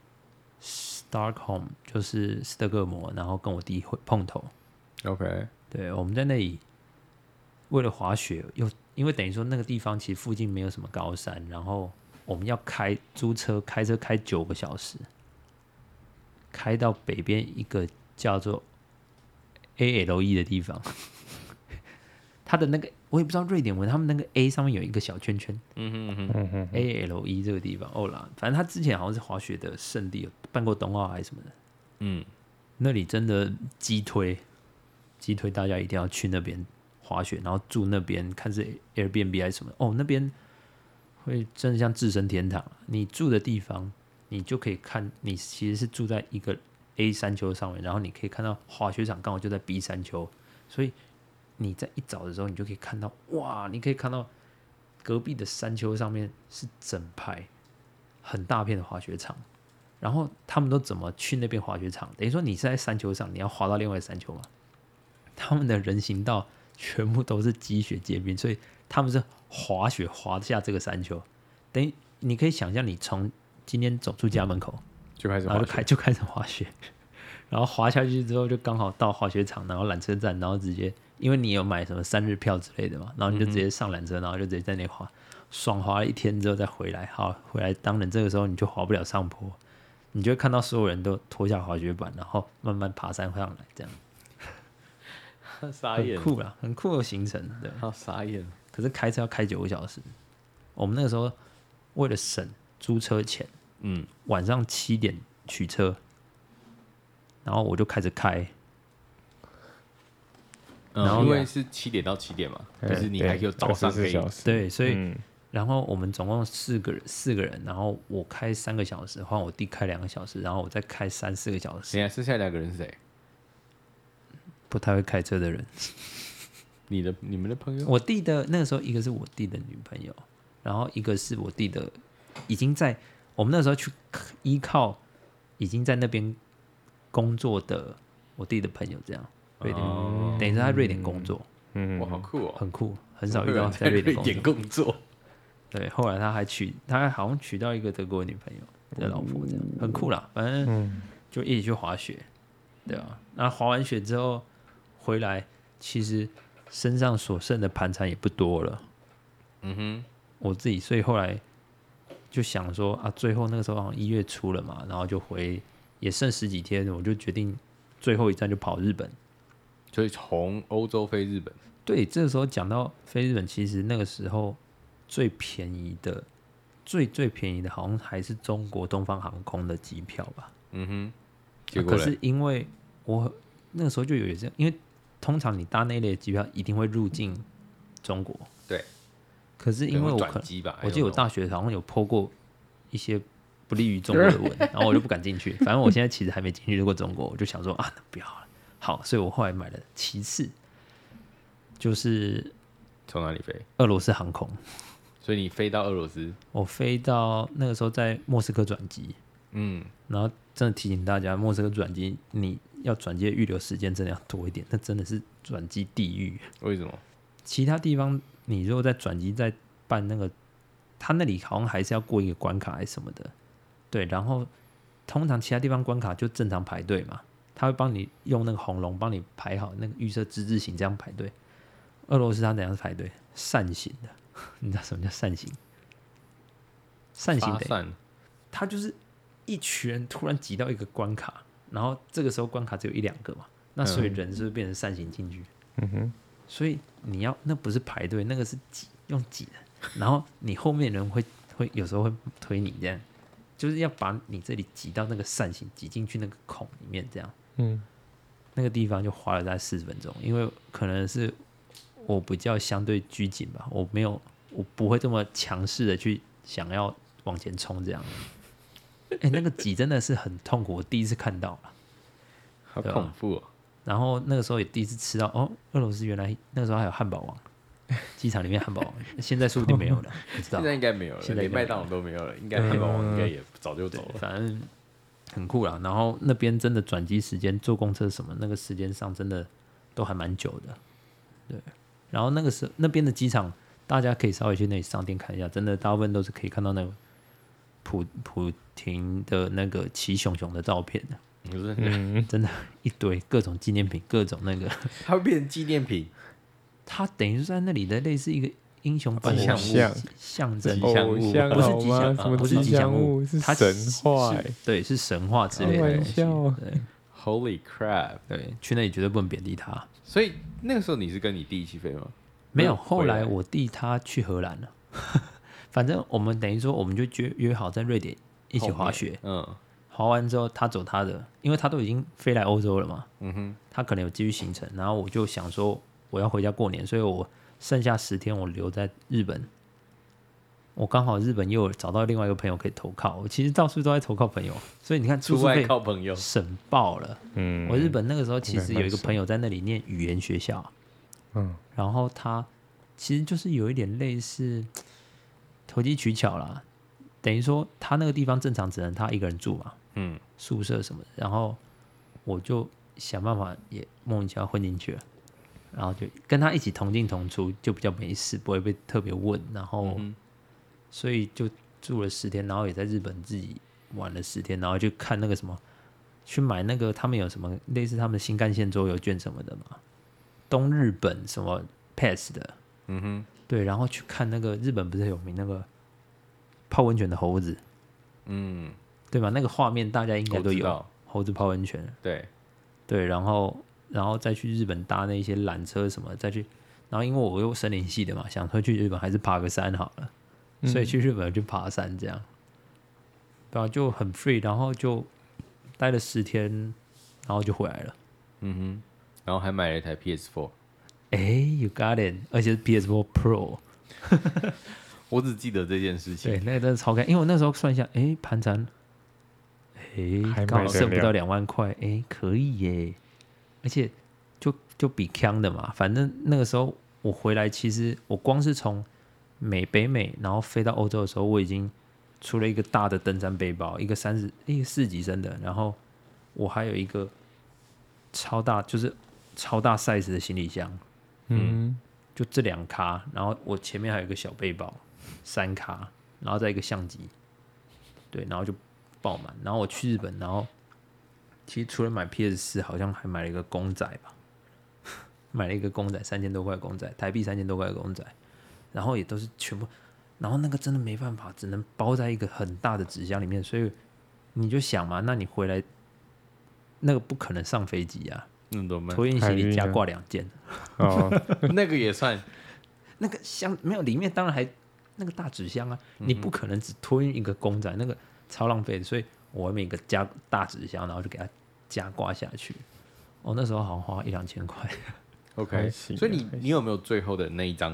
Stockholm， 就是斯德哥尔摩，然后跟我弟会碰头。 哼 ，OK， 对，我们在那里为了滑雪，又因为等于说那个地方其实附近没有什么高山，然后我们要开租车开车开九个小时，开到北边一个叫做 A L E 的地方，它的那个我也不知道瑞典文，他们那个 A 上面有一个小圈圈， 嗯哼嗯哼， 嗯哼， A L E 这个地方，哦啦，反正他之前好像是滑雪的圣地，有办过冬奥还是什么的， 嗯， 那里真的击推，击推大家一定要去那边滑雪，然后住那边，看是 Airbnb 还是什么，哦，那边会真的像置身天堂。你住的地方，你就可以看，你其实是住在一个 A 山丘上面，然后你可以看到滑雪场刚好就在 B 山丘，所以你在一早的时候，你就可以看到，哇，你可以看到隔壁的山丘上面是整排很大片的滑雪场。然后他们都怎么去那边滑雪场？等于说你是在山丘上，你要滑到另外一个山丘嘛？他们的人行道全部都是积雪结冰，所以他们是滑雪滑下这个山丘。等于你可以想象，你从今天走出家门口， 就开始然后滑雪。 就开就开始滑雪，然后滑下去之后就刚好到滑雪场，然后缆车站，然后直接因为你有买什么三日票之类的嘛，然后你就直接上缆车，然后就直接在那滑，爽滑了一天之后再回来。好，回来当然这个时候你就滑不了上坡，你就会看到所有人都脱下滑雪板，然后慢慢爬山上来，这样傻眼， 很酷啦，很酷的行程。对， 好傻眼。 可是开车要开九个小时，我们那个时候为了省租车钱， 嗯， 晚上七点取车，然后我就开始开， 嗯然后因为是七点到七点嘛，就是你还有早上可以。 小时， 对，所以、 嗯然后我们总共四个人，四个人，然后我开三个小时，换我弟开两个小时，然后我再开三四个小时。 现在剩下两个人是谁？ 不太会开车的人， 你的你们的朋友？ 我弟的那个时候，一个是我弟的女朋友，然后一个是我弟的，已经在我们那时候去依靠已经在那边工作的我弟的朋友，这样瑞典， 哦等于是他瑞典工作， 嗯， 哇，好酷哦！ 很酷，很少遇到怎么会有人在瑞典瑞典工作。 工作。 对，后来他还娶，他好像娶到一个德国的女朋友的老婆，这样很酷啦。反正就一起去滑雪，对啊。那滑完雪之后回来，其实身上所剩的盘缠也不多了。 嗯哼， 我自己，所以后来就想说啊，最后那个时候好像一月初了嘛，然后就回，也剩十几天，我就决定最后一站就跑日本。 所以从欧洲飞日本。 对，这个时候讲到飞日本，其实那个时候最便宜的、最最便宜的，好像还是中国东方航空的机票吧。 嗯哼，结啊、 果嘞可是因为我那个时候就有这样，因为通常你搭那一类的机票一定会入境中国， 对。 可是因为我可转机吧， 我记得我大学好像有 po 过一些不利于中国的文，然后我就不敢进去。反正我现在其实还没进去过中国，我就想说啊，那不要了。好，所以我后来买了其次，就是从哪里飞？ 俄罗斯航空。 所以你飞到俄罗斯， 我飞到那个时候在莫斯科转机， 嗯， 然后真的提醒大家，莫斯科转机你要转机的预留时间真的要多一点，那真的是转机地狱。 为什么？ 其他地方你如果在转机在办那个，他那里好像还是要过一个关卡还是什么的，对，然后通常其他地方关卡就正常排队嘛，他会帮你用那个红龙帮你排好那个预设之字形这样排队。俄罗斯他怎样排队？扇形的。你知道什么叫扇形？扇形的，他就是一群人突然挤到一个关卡，然后这个时候关卡只有一两个嘛，那所以人是不是变成扇形进去？ 嗯哼， 所以你要那不是排队，那个是挤，用挤的。然后你后面人会会有时候会推你，这样就是要把你这里挤到那个扇形，挤进去那个孔里面，这样。 嗯， 那个地方就花了大概四十分钟，因为可能是我比较相对拘谨吧，我没有，我不会这么强势的去想要往前冲这样。哎、欸，那个挤真的是很痛苦，我第一次看到了， 好恐怖哦。 然后那个时候也第一次吃到哦，俄罗斯原来那个时候还有汉堡王，机场里面汉堡王，现在说不定没有了，不知道。 现在应该没有了， 现在连麦当劳都没有了，应该汉堡王应该也早就走了。 反正很酷啦。然后那边真的转机时间、坐公车什么，那个时间上真的都还蛮久的。对，然后那个时候那边的机场，大家可以稍微去那里商店看一下，真的大部分都是可以看到那个普普廷的那个骑熊熊的照片的。 嗯， 真的，一堆各种纪念品，各种那个， 它会变成纪念品。 它等于是在那里的类似一个英雄般的象象象征， 偶像不是吉祥， 什么不是吉祥物， 是它神话， 对，是神话之类的东西。对 ，Holy crap！ 对，去那里绝对不能贬低它。 所以那个时候你是跟你弟一起飞吗？ 没有，后来我弟他去荷兰了。反正我们等于说，我们就约约好在瑞典一起滑雪。嗯。滑完之后，他走他的，因为他都已经飞来欧洲了嘛，嗯哼，他可能有继续行程，然后我就想说我要回家过年，所以我剩下十天我留在日本，我刚好日本又有找到另外一个朋友可以投靠，我其实到处都在投靠朋友，所以你看出外靠朋友省爆了，嗯，我日本那个时候其实有一个朋友在那里念语言学校，嗯，然后他其实就是有一点类似投机取巧啦，等于说他那个地方正常只能他一个人住嘛。嗯，宿舍什么的，然后我就想办法也莫名其妙混进去了，然后就跟他一起同进同出，就比较没事，不会被特别问，然后、嗯、所以就住了十天，然后也在日本自己玩了十天，然后就看那个什么，去买那个他们有什么类似他们新干线周游券什么的嘛，东日本什么 pass 的，嗯哼，对，然后去看那个日本不是有名那个泡温泉的猴子，嗯。对吧？那个画面大家应该都有，猴子泡温泉。 对， 对，然后然后再去日本搭那些缆车什么，再去，然后因为我又森林系的嘛，想说去日本还是爬个山好了，嗯、所以去日本去爬山这样，对啊，就很 free， 然后就待了十天，然后就回来了。 嗯哼，然后还买了一台 P S 四。 哎 ，You got it， 而且是 P S 四 Pro。 我只记得这件事情。 对，那个真的超开，因为我那时候算一下，哎，盘缠。哎，刚好剩不到两万块，哎，可以耶！而且就就比强的嘛，反正那个时候我回来，其实我光是从美北美，然后飞到欧洲的时候，我已经出了一个大的登山背包，一个三十一个四级升的，然后我还有一个超大，就是超大 size 的行李箱，嗯，就这两卡，然后我前面还有一个小背包，三卡，然后再一个相机，对，然后就。爆满，然后我去日本，然后其实除了买 P S 四，好像还买了一个公仔吧，买了一个公仔，三千多块公仔，台币三千多块的公仔，然后也都是全部，然后那个真的没办法，只能包在一个很大的纸箱里面，所以你就想嘛，那你回来那个不可能上飞机啊，托运行李加挂两件， 哦，那个也算， 那个箱没有，里面当然还那个大纸箱啊，你不可能只托运一个公仔，那个。超浪费的，所以我外面一个加大纸箱，然后就给它加挂下去。哦，那时候好像花一两千块。 OK，所以你你有没有最后的那一张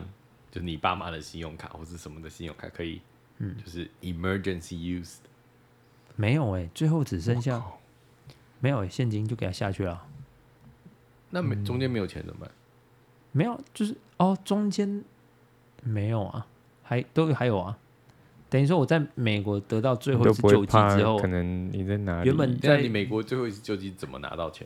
就你爸妈的信用卡或是什么的信用卡可以，嗯，就是 emergency use 的。 没有哎、欸，最后只剩下没有、欸、现金就给他下去了。 那没中间没有钱怎么办？ 没有，就是哦，中间没有啊，还都还有啊。等于说我在美国得到最后一次救济之后， 可能你在哪里？ 原本在你美国最后一次救济怎么拿到钱？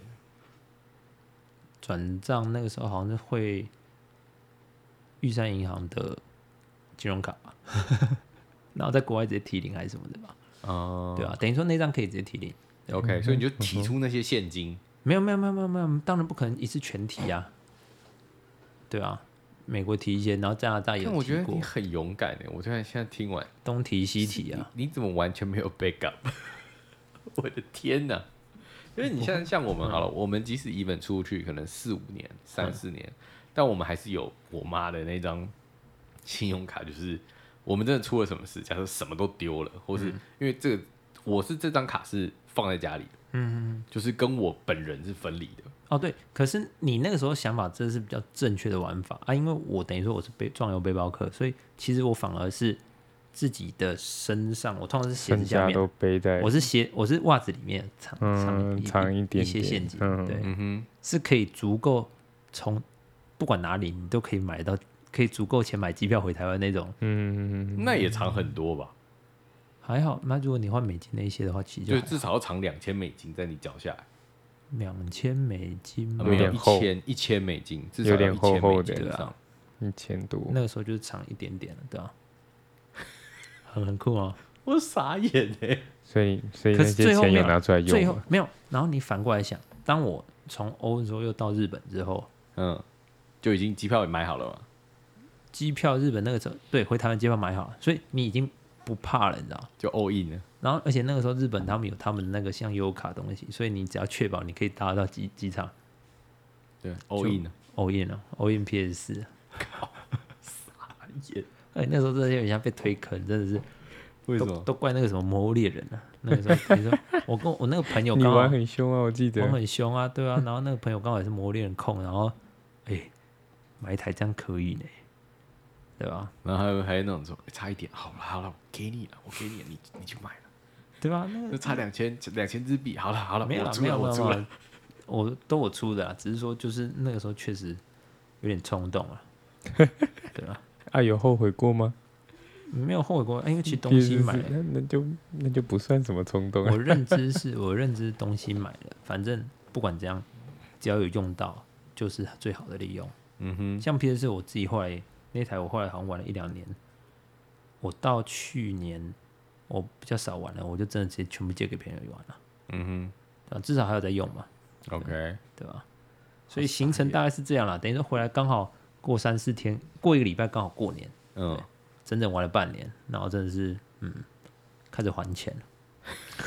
转账那个时候好像是汇玉山银行的金融卡吧，然后在国外直接提领还是什么的吧？ 哦、 对啊，等于说那张可以直接提领。 OK，、嗯、所以你就提出那些现金。 没有没有没有没有没有，当然不可能一次全提啊。对啊，美国提一些，然后加拿大也有提过。 我觉得你很勇敢的，我突然现在听完东提西提啊， 你, 你怎么完全没有 backup？ 我的天哪！因为你像像我们好了，嗯、我们即使 even 出去可能四五年、三四年，嗯、但我们还是有我妈的那张信用卡，就是我们真的出了什么事，假设什么都丢了，或是、嗯、因为这个我是这张卡是放在家里的，嗯，就是跟我本人是分离的。 哦，对，可是你那个时候想法这是比较正确的玩法啊，因为我等于说我是背壮游背包客，所以其实我反而是自己的身上，我通常是鞋子下面都背在， 我是鞋，我是袜子里面藏藏、嗯、 藏一点一些现金， 嗯、 对、 嗯哼， 是可以足够从不管哪里你都可以买到，可以足够钱买机票回台湾那种， 嗯， 那也藏很多吧？ 还好，那如果你换美金那一些的话，其实 就, 就至少要藏两千美金在你脚下。 两千美金， 有点厚，一千一千美金，至少有点厚厚的， 对啊， 一千多。 那个时候就是藏一点点了，对吧、啊？很很酷啊！ 我傻眼哎、欸。 所以所以那些钱有拿出来用吗？ 最后没有。然后你反过来想，当我从欧洲又到日本之后， 嗯，就已经机票也买好了嘛。 机票日本那个时候，对，回台湾机票买好了，所以你已经不怕了，你知道？ 就 all in 了。 然后，而且那个时候日本他们有他们那个像优卡东西，所以你只要确保你可以搭到机机场， 对 ，all in 了 ，all in 了 ，all in P S 四， 靠，傻眼！ 哎，那时候真的有点像被推坑，真的是， 为什么？ 都, 都怪那个什么魔物猎人啊！那个时候，你说我跟我那个朋友刚好， 你玩很凶啊，我记得， 玩很凶啊，对啊。然后那个朋友刚好也是魔物猎人控，然后，哎，买一台这样可以呢，对吧？ 然后还有还有那种说，差一点，好了好了，我给你了，我给你了，你你去买了。 对吧？那就差两千两千日币，好了好了， 没有我出了，我出了， 我都我出的啦，只是说就是那个时候确实有点冲动了，对吧？ 啊，有后悔过吗？ 没有后悔过，因为其实东西买了， 那那就那就不算什么冲动、啊。 我认知是我认知东西买了，反正不管怎样，只要有用到，就是最好的利用。 嗯哼， 像 P S 四我自己后来那台，我后来好像玩了一两年，我到去年。我比较少玩了，我就真的直接全部借给朋友玩了。 嗯哼，至少还有在用嘛。 OK， 对吧？所以行程大概是这样啦，等于说回来刚好过三四天，过一个礼拜刚好过年。嗯，整整玩了半年，然后真的是嗯，开始还钱了。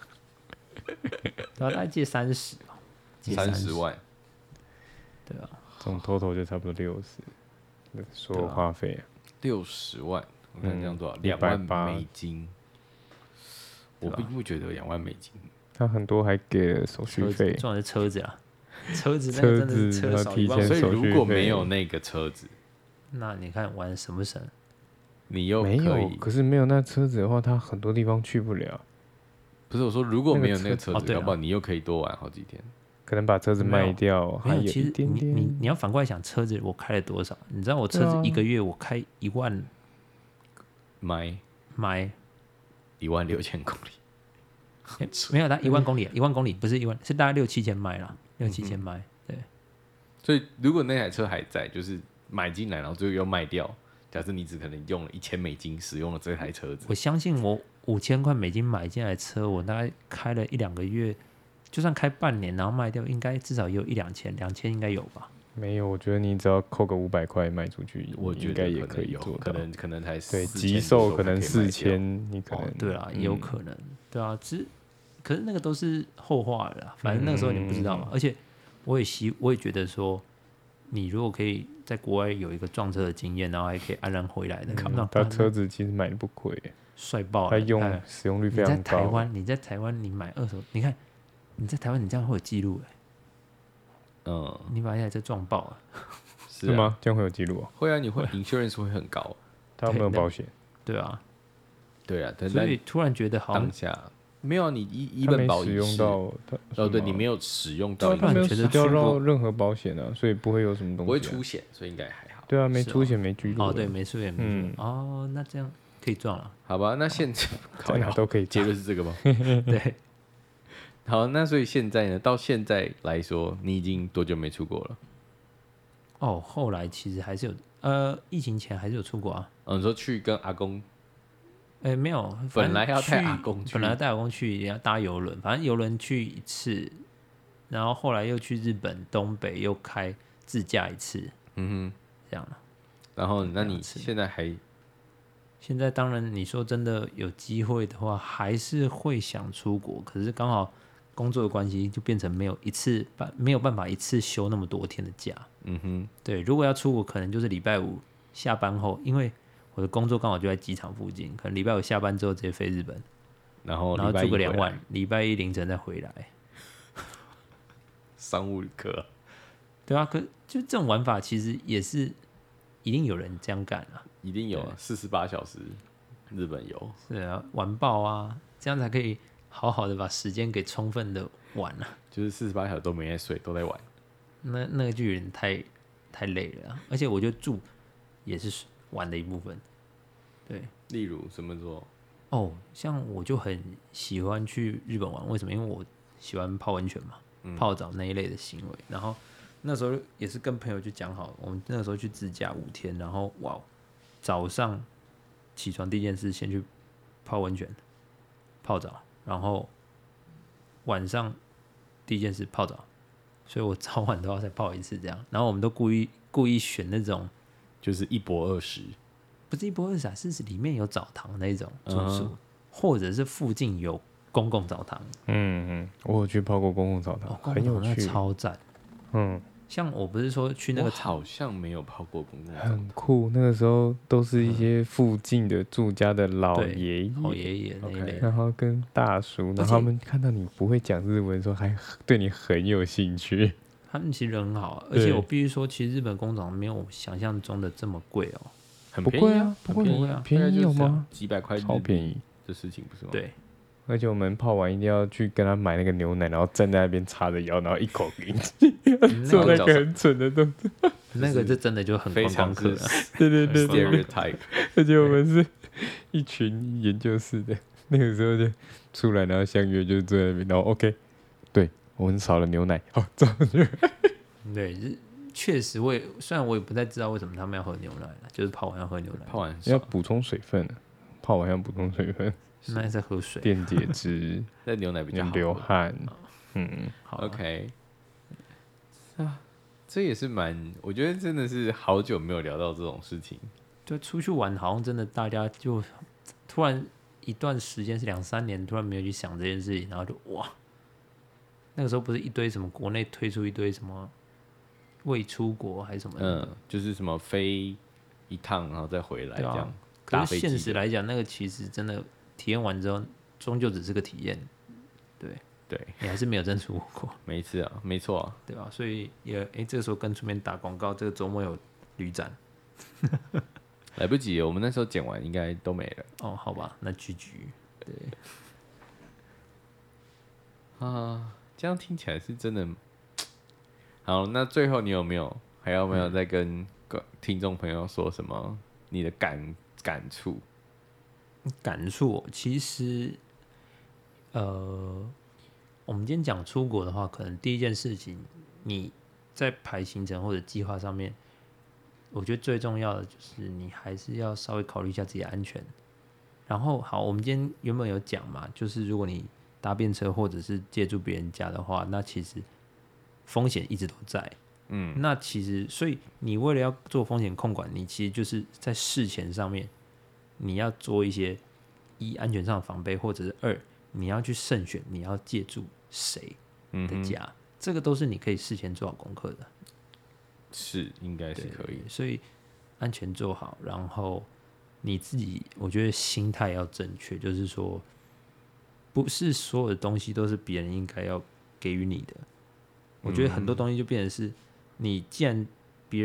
然后大概借三十吧， 三十万。 对啊， 总 total 就差不多六十，所有花费啊， 六十万。我看这样多少？两、嗯、万美金，我并不觉得两万美金。 他很多还给了手续费， 重要是车子啊，车子那个真的是车少一万， 所以如果没有那个车子， 那你看玩什么神？ 你又没有，可是没有那车子的话，他很多地方去不了。 不是我说，如果没有那个车子， 那个、 搞不好你又可以多玩好几天。 可能把车子卖掉， 没有， 还有其实一点点。 你你你要反过来想，车子我开了多少？你知道我车子一个月我开一万。 买买一万六千公里， 欸、没有，它一万公里，一万公里不是一万，是大概六七千迈啦，六七千迈。对， 所以如果那台车还在，就是买进来，然后最后又卖掉，假设你只可能用了一千美金使用了这台车子， 我相信我五千块美金买进来的车，我大概开了一两个月，就算开半年然后卖掉，应该至少也有一两千，两千应该有吧。 没有，我觉得你只要扣个五百块卖出去， 我觉得应该也可以做到。 可能可能才对，急售可能四千，你可能、 哦、对啊，也有可能，嗯、对啊，只是可是那个都是后话了啦，反正那个时候你不知道嘛。嗯、而且我也希我也觉得说，你如果可以在国外有一个撞车的经验，然后还可以安然回来的， 嗯、那他车子其实买的不贵， 帅爆了， 他用使用率非常高。 你在台湾，你在台湾你买二手，你看你在台湾你这样会有记录哎。 嗯， 你把一台车撞爆了， 是啊， 是吗？这样会有记录哦？ 会啊，你会 insurance 会很高。 他有没有保险？ 对啊， 对啊，但所以突然觉得好像当下没有啊，你一一他本保没使用已是到他哦，对什么你没有使用到， 对啊，他没有觉得死掉出国到任何保险啊，所以不会有什么东西、啊， 不会出险，所以应该还好。 对啊，没是哦出险没记录哦，对，没出也没出、 嗯哦，那这样可以撞了。 好吧，那现在在哪都可以结结论是这个吗？ 对， 好，那所以现在呢？到现在来说，你已经多久没出国了？ 哦，后来其实还是有，呃，疫情前还是有出国啊。 嗯、你说去跟阿公， 哎，没有， 本来要带去阿公去本来带阿公去也要搭游轮，反正游轮去一次，然后后来又去日本东北又开自驾一次， 嗯哼， 这样了。 然后那你两次现在还现在当然你说真的有机会的话，还是会想出国，可是刚好工作的关系，就变成没有一次办没有办法一次休那么多天的假。 嗯哼， 对，如果要出国，可能就是礼拜五下班后，因为我的工作刚好就在机场附近，可能礼拜五下班之后直接飞日本， 然后然后礼拜一回来住个两晚，礼拜一凌晨再回来。 商务课， 对啊，可就这种玩法其实也是一定有人这样干啊。 一定有啊，四十八小时日本游， 是啊，玩爆啊，这样才可以好好的把时间给充分的玩啊。 就是四十八小时都没在睡，都在玩。 那那个就有点太太累了、啊，而且我觉得住也是玩的一部分。对， 例如什么说？ 哦，像我就很喜欢去日本玩，为什么？因为我喜欢泡温泉嘛，泡澡那一类的行为。然后那时候也是跟朋友就讲好，我们那个时候去自驾五天，然后哇，早上起床第一件事先去泡温泉、泡澡，然后晚上第一件事泡澡，所以我早晚都要再泡一次这样。然后我们都故意故意选那种就是一博二十， 不是一波二十啊，是里面有澡堂那种住宿， 嗯或者是附近有公共澡堂。 嗯嗯，我有去泡过公共澡堂， 哦，公很有共澡堂那趣， 超赞。 嗯， 像我不是说去那我个场， 好像没有泡过公共澡很酷。那个时候都是一些附近的住家的老对爷爷， 老爷爷那一 OK 类的， 然后跟大叔，然后他们看到你不会讲日文的时候，还对你很有兴趣。 他们其实人很好啊，而对且我必须说，其实日本公澡没有我想象中的这么贵哦。 很不便宜啊， 贵啊不贵很便宜啊， 便宜大概就是有吗几百块日币超便宜的事情不是吗？， 对， 而且我们泡完一定要去跟他买那个牛奶，然后站在那边叉着腰，然后一口给你做那那个个很蠢的动作。 那个就真的就很非观光常是客了。 对对对对， stereotype， 而且我们是一群研究室的，那个时候就出来，然后相约就坐在那边，然后 OK， 对我们少了牛奶，好走去。 对，是确实我也虽然我也不太知道为什么他们要喝牛奶了，就是泡完要喝牛奶， 泡完很爽， 要补充水分，泡完要补充水分， 那是在喝水。 电解质， 那牛奶比较好流喝。 汗，嗯， 好啊 OK，啊，这也是蛮，我觉得真的是好久没有聊到这种事情。 就出去玩，好像真的大家就突然一段时间是两三年，突然没有去想这件事情，然后就哇，那个时候不是一堆什么国内推出一堆什么未出国还是什么的， 嗯，就是什么飞一趟然后再回来对啊这样， 可是现搭飞机的实来讲，那个其实真的体验完之后，终究只是个体验，对对， 你还是没有真出过， 没错啊，没错啊， 对吧？所以也哎，这个时候跟出面打广告，这个周末有旅展来不及了，我们那时候剪完应该都没了哦，好吧，那 G G 对。 啊。这样听起来是真的。好，那最后你有没有还有没有再跟各听众朋友说什么你的感感触？ 感触其实，呃，我们今天讲出国的话，可能第一件事情，你在排行程或者计划上面，我觉得最重要的就是你还是要稍微考虑一下自己的安全。然后，好，我们今天原本有讲嘛，就是如果你搭便车或者是借住别人家的话，那其实风险一直都在。 嗯， 那其实，所以你为了要做风险控管，你其实就是在事前上面，你要做一些一安全上的防备，或者是二你要去慎选你要借住谁的家，嗯、这个都是你可以事前做好功课的。 是，应该是可以。 所以安全做好，然后你自己，我觉得心态要正确，就是说，不是所有的东西都是别人应该要给予你的。我觉得很多东西就变成是，你既然别人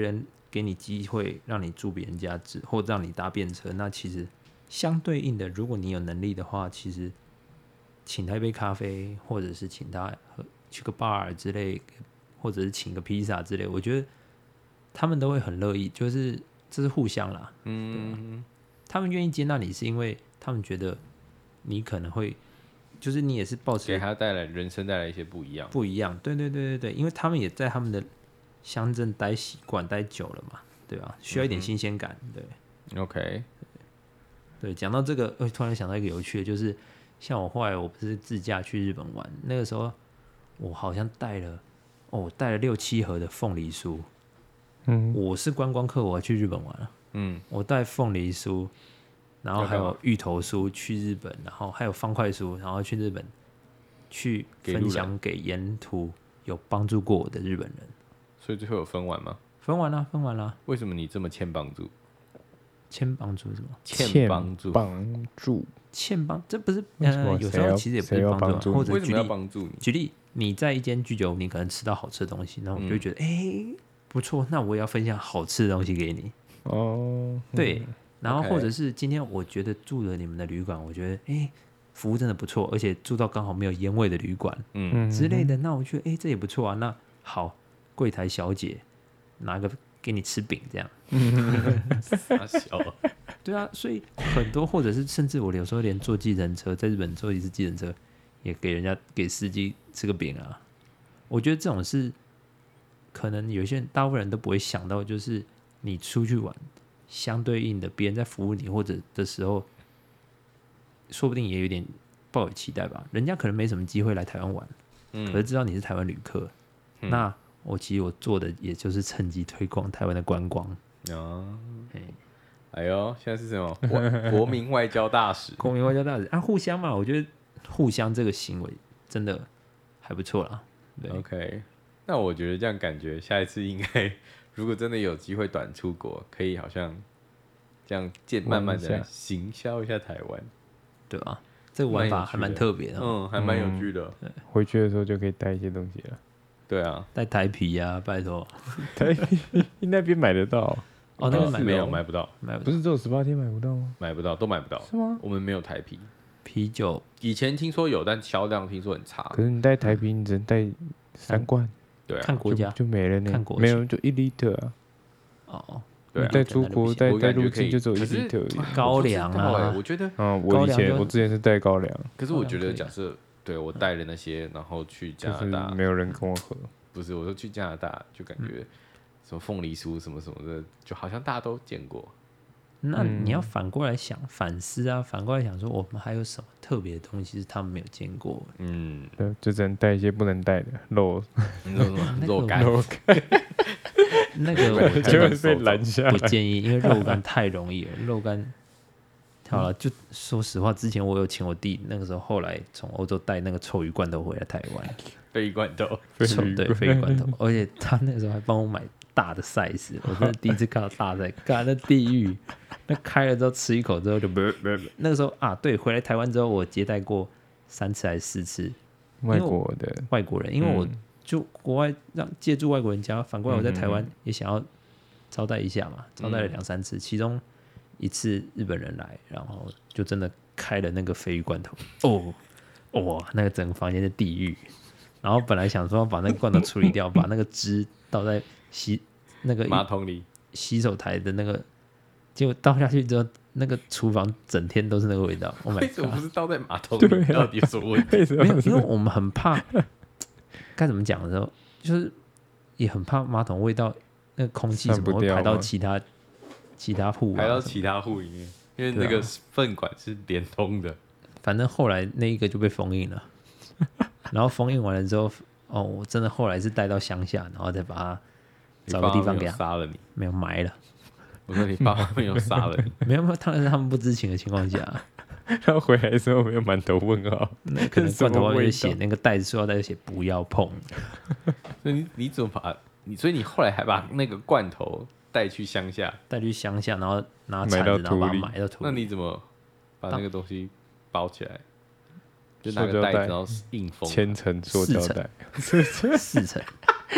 给你机会让你住别人家住，或者让你搭便车，那其实相对应的，如果你有能力的话，其实请他一杯咖啡，或者是请他喝去个 bar 之类，或者是请个披萨之类，我觉得他们都会很乐意，就是这是互相啦。嗯，他们愿意接纳你，是因为他们觉得你可能会，就是你也是抱持给他带来人生带来一些不一样， 不一样。对对对对对，因为他们也在他们的乡镇待习惯、待久了嘛，对吧？需要一点新鲜感，对。 OK， 对，讲到这个，我突然想到一个有趣的，就是像我后来我不是自驾去日本玩，那个时候我好像带了，哦，我带了六七盒的凤梨酥。嗯，我是观光客，我要去日本玩了。嗯，我带凤梨酥，然后还有芋头酥去日本，然后还有方块酥，然后去日本去分享给沿途有帮助过我的日本人。 所以最后有分完吗？ 分完了，分完了。 为什么你这么欠帮助？ 欠帮助什么？ 欠帮助， 帮助， 欠帮，这不是呃，有时候其实也不是帮助，或者为什么要帮助你？ 举例，你在一间居酒屋，你可能吃到好吃的东西，然后我就会觉得，哎、嗯欸，不错，那我也要分享好吃的东西给你。哦，对，然后或者是今天我觉得住了你们的旅馆，我觉得，哎、欸，服务真的不错，而且住到刚好没有烟味的旅馆，嗯之类的，那我觉得，哎、欸，这也不错啊。那好，柜台小姐拿个给你吃饼这样。 傻小啊， 对啊，所以很多或者是甚至我有时候连坐计程车，在日本坐一次计程车，也给人家给司机吃个饼啊。我觉得这种是可能有些人大部分人都不会想到，就是你出去玩，相对应的别人在服务你或者的时候，说不定也有点抱有期待吧。人家可能没什么机会来台湾玩，嗯、可是知道你是台湾旅客，嗯、那我其实我做的也就是趁机推广台湾的观光。哦， 哎呦，现在是什么国民外交大使？ 国民外交大使啊，互相嘛，我觉得互相这个行为真的还不错啦。对 OK， 那我觉得这样感觉下一次应该，如果真的有机会短出国，可以好像这样渐慢慢的行销一下台湾， 对吧？这个玩法还蛮特别的， 嗯，还蛮有趣的。 嗯、回去的时候就可以带一些东西了。 对啊， 带台啤啊，拜托， 台啤那边买得到。 哦，那个买没有买不到， 买不到， 不是只有十八天买不到吗？ 买不到，都买不到， 是吗？ 我们没有台啤， 啤酒以前听说有，但销量听说很差。 可是你带台啤，你只能带三罐， 对啊， 看国家就, 就没了呢， 看国没有就一 liter 啊。 哦， 对啊， 带出国带带入境就只有一 liter 而已。 高粱啊， 我觉得， 嗯，我以前我之前是带高粱， 可是我觉得假设对我带了那些，然后去加拿大， 没有人跟我喝。 不是，我说去加拿大就感觉什么凤梨酥什么什么的，就好像大家都见过。 那你要反过来想，反思啊，反过来想说，我们还有什么特别的东西是他们没有见过？ 嗯， 对，就只能带一些不能带的肉， 肉干， 肉干。 那个我就会被拦下来， 不建议，因为肉干太容易了。肉干，好了，就说实话，之前我有请我弟，那个时候后来从欧洲带那个臭鱼罐头回来台湾， 鲱鱼罐头， 臭对鲱鱼罐头，而且他那个时候还帮我买大的 size， 我真的第一次看到大的，干那地狱，那开了之后吃一口之后就不不不，那个时候啊，对，回来台湾之后我接待过三次还是四次外国的外国人，因为我就国外让借住外国人家，反过来我在台湾也想要招待一下嘛，招待了两三次，其中一次日本人来，然后就真的开了那个鲱鱼罐头，哦，哇，那个整个房间的地狱。然后本来想说把那个罐头处理掉，把那个汁倒在洗那个马桶里洗手台的那个，结果倒下去之后，那个厨房整天都是那个味道。Oh my god！ 为什么不是倒在马桶里？到底有什么问题？ 没有，因为我们很怕该怎么讲的时候，就是也很怕马桶味道，那个空气怎么会排到其他其他户、啊， 排到其他户里面，因为那个粪管是连通的。 反正后来那一个就被封印了。然后封印完了之后，哦，我真的后来是带到乡下，然后再把它找个地方给他杀了你， 没有埋了。 我说你爸妈没有杀了你， 没有没有，当然是他们不知情的情况下。 然后回来的时候没有满头问号， 那可能罐头外面写那个袋子塑料袋写不要碰。 那你你怎么把你？所以你后来还把那个罐头带去乡下， 带去乡下，然后拿铲子，然后把它埋到土里。 那你怎么把那个东西包起来？就拿个袋子，然后硬封， 千层塑胶袋， 四层，四层，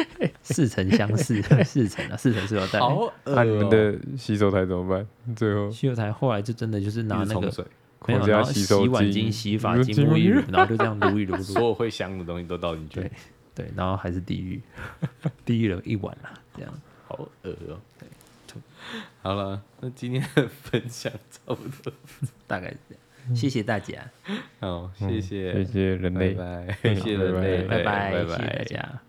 似曾相识，似曾啊，似曾是有带。 好恶那、你们哦的洗手台怎么办？最后洗手台后来就真的就是拿那个一直冲水， 没有， 国家然后洗手洗碗巾巾、洗发如精、沐浴乳，然后就这样撸一撸撸。 所有会香的东西都倒进去对，对，然后还是地狱，地狱了一碗啦，这样。 好恶哦。好了，那今天的分享差不多， 大概是这样。谢谢大家， 好，谢谢， 谢谢人类。 拜拜，谢谢人类， 拜拜， 拜谢谢大拜。 家。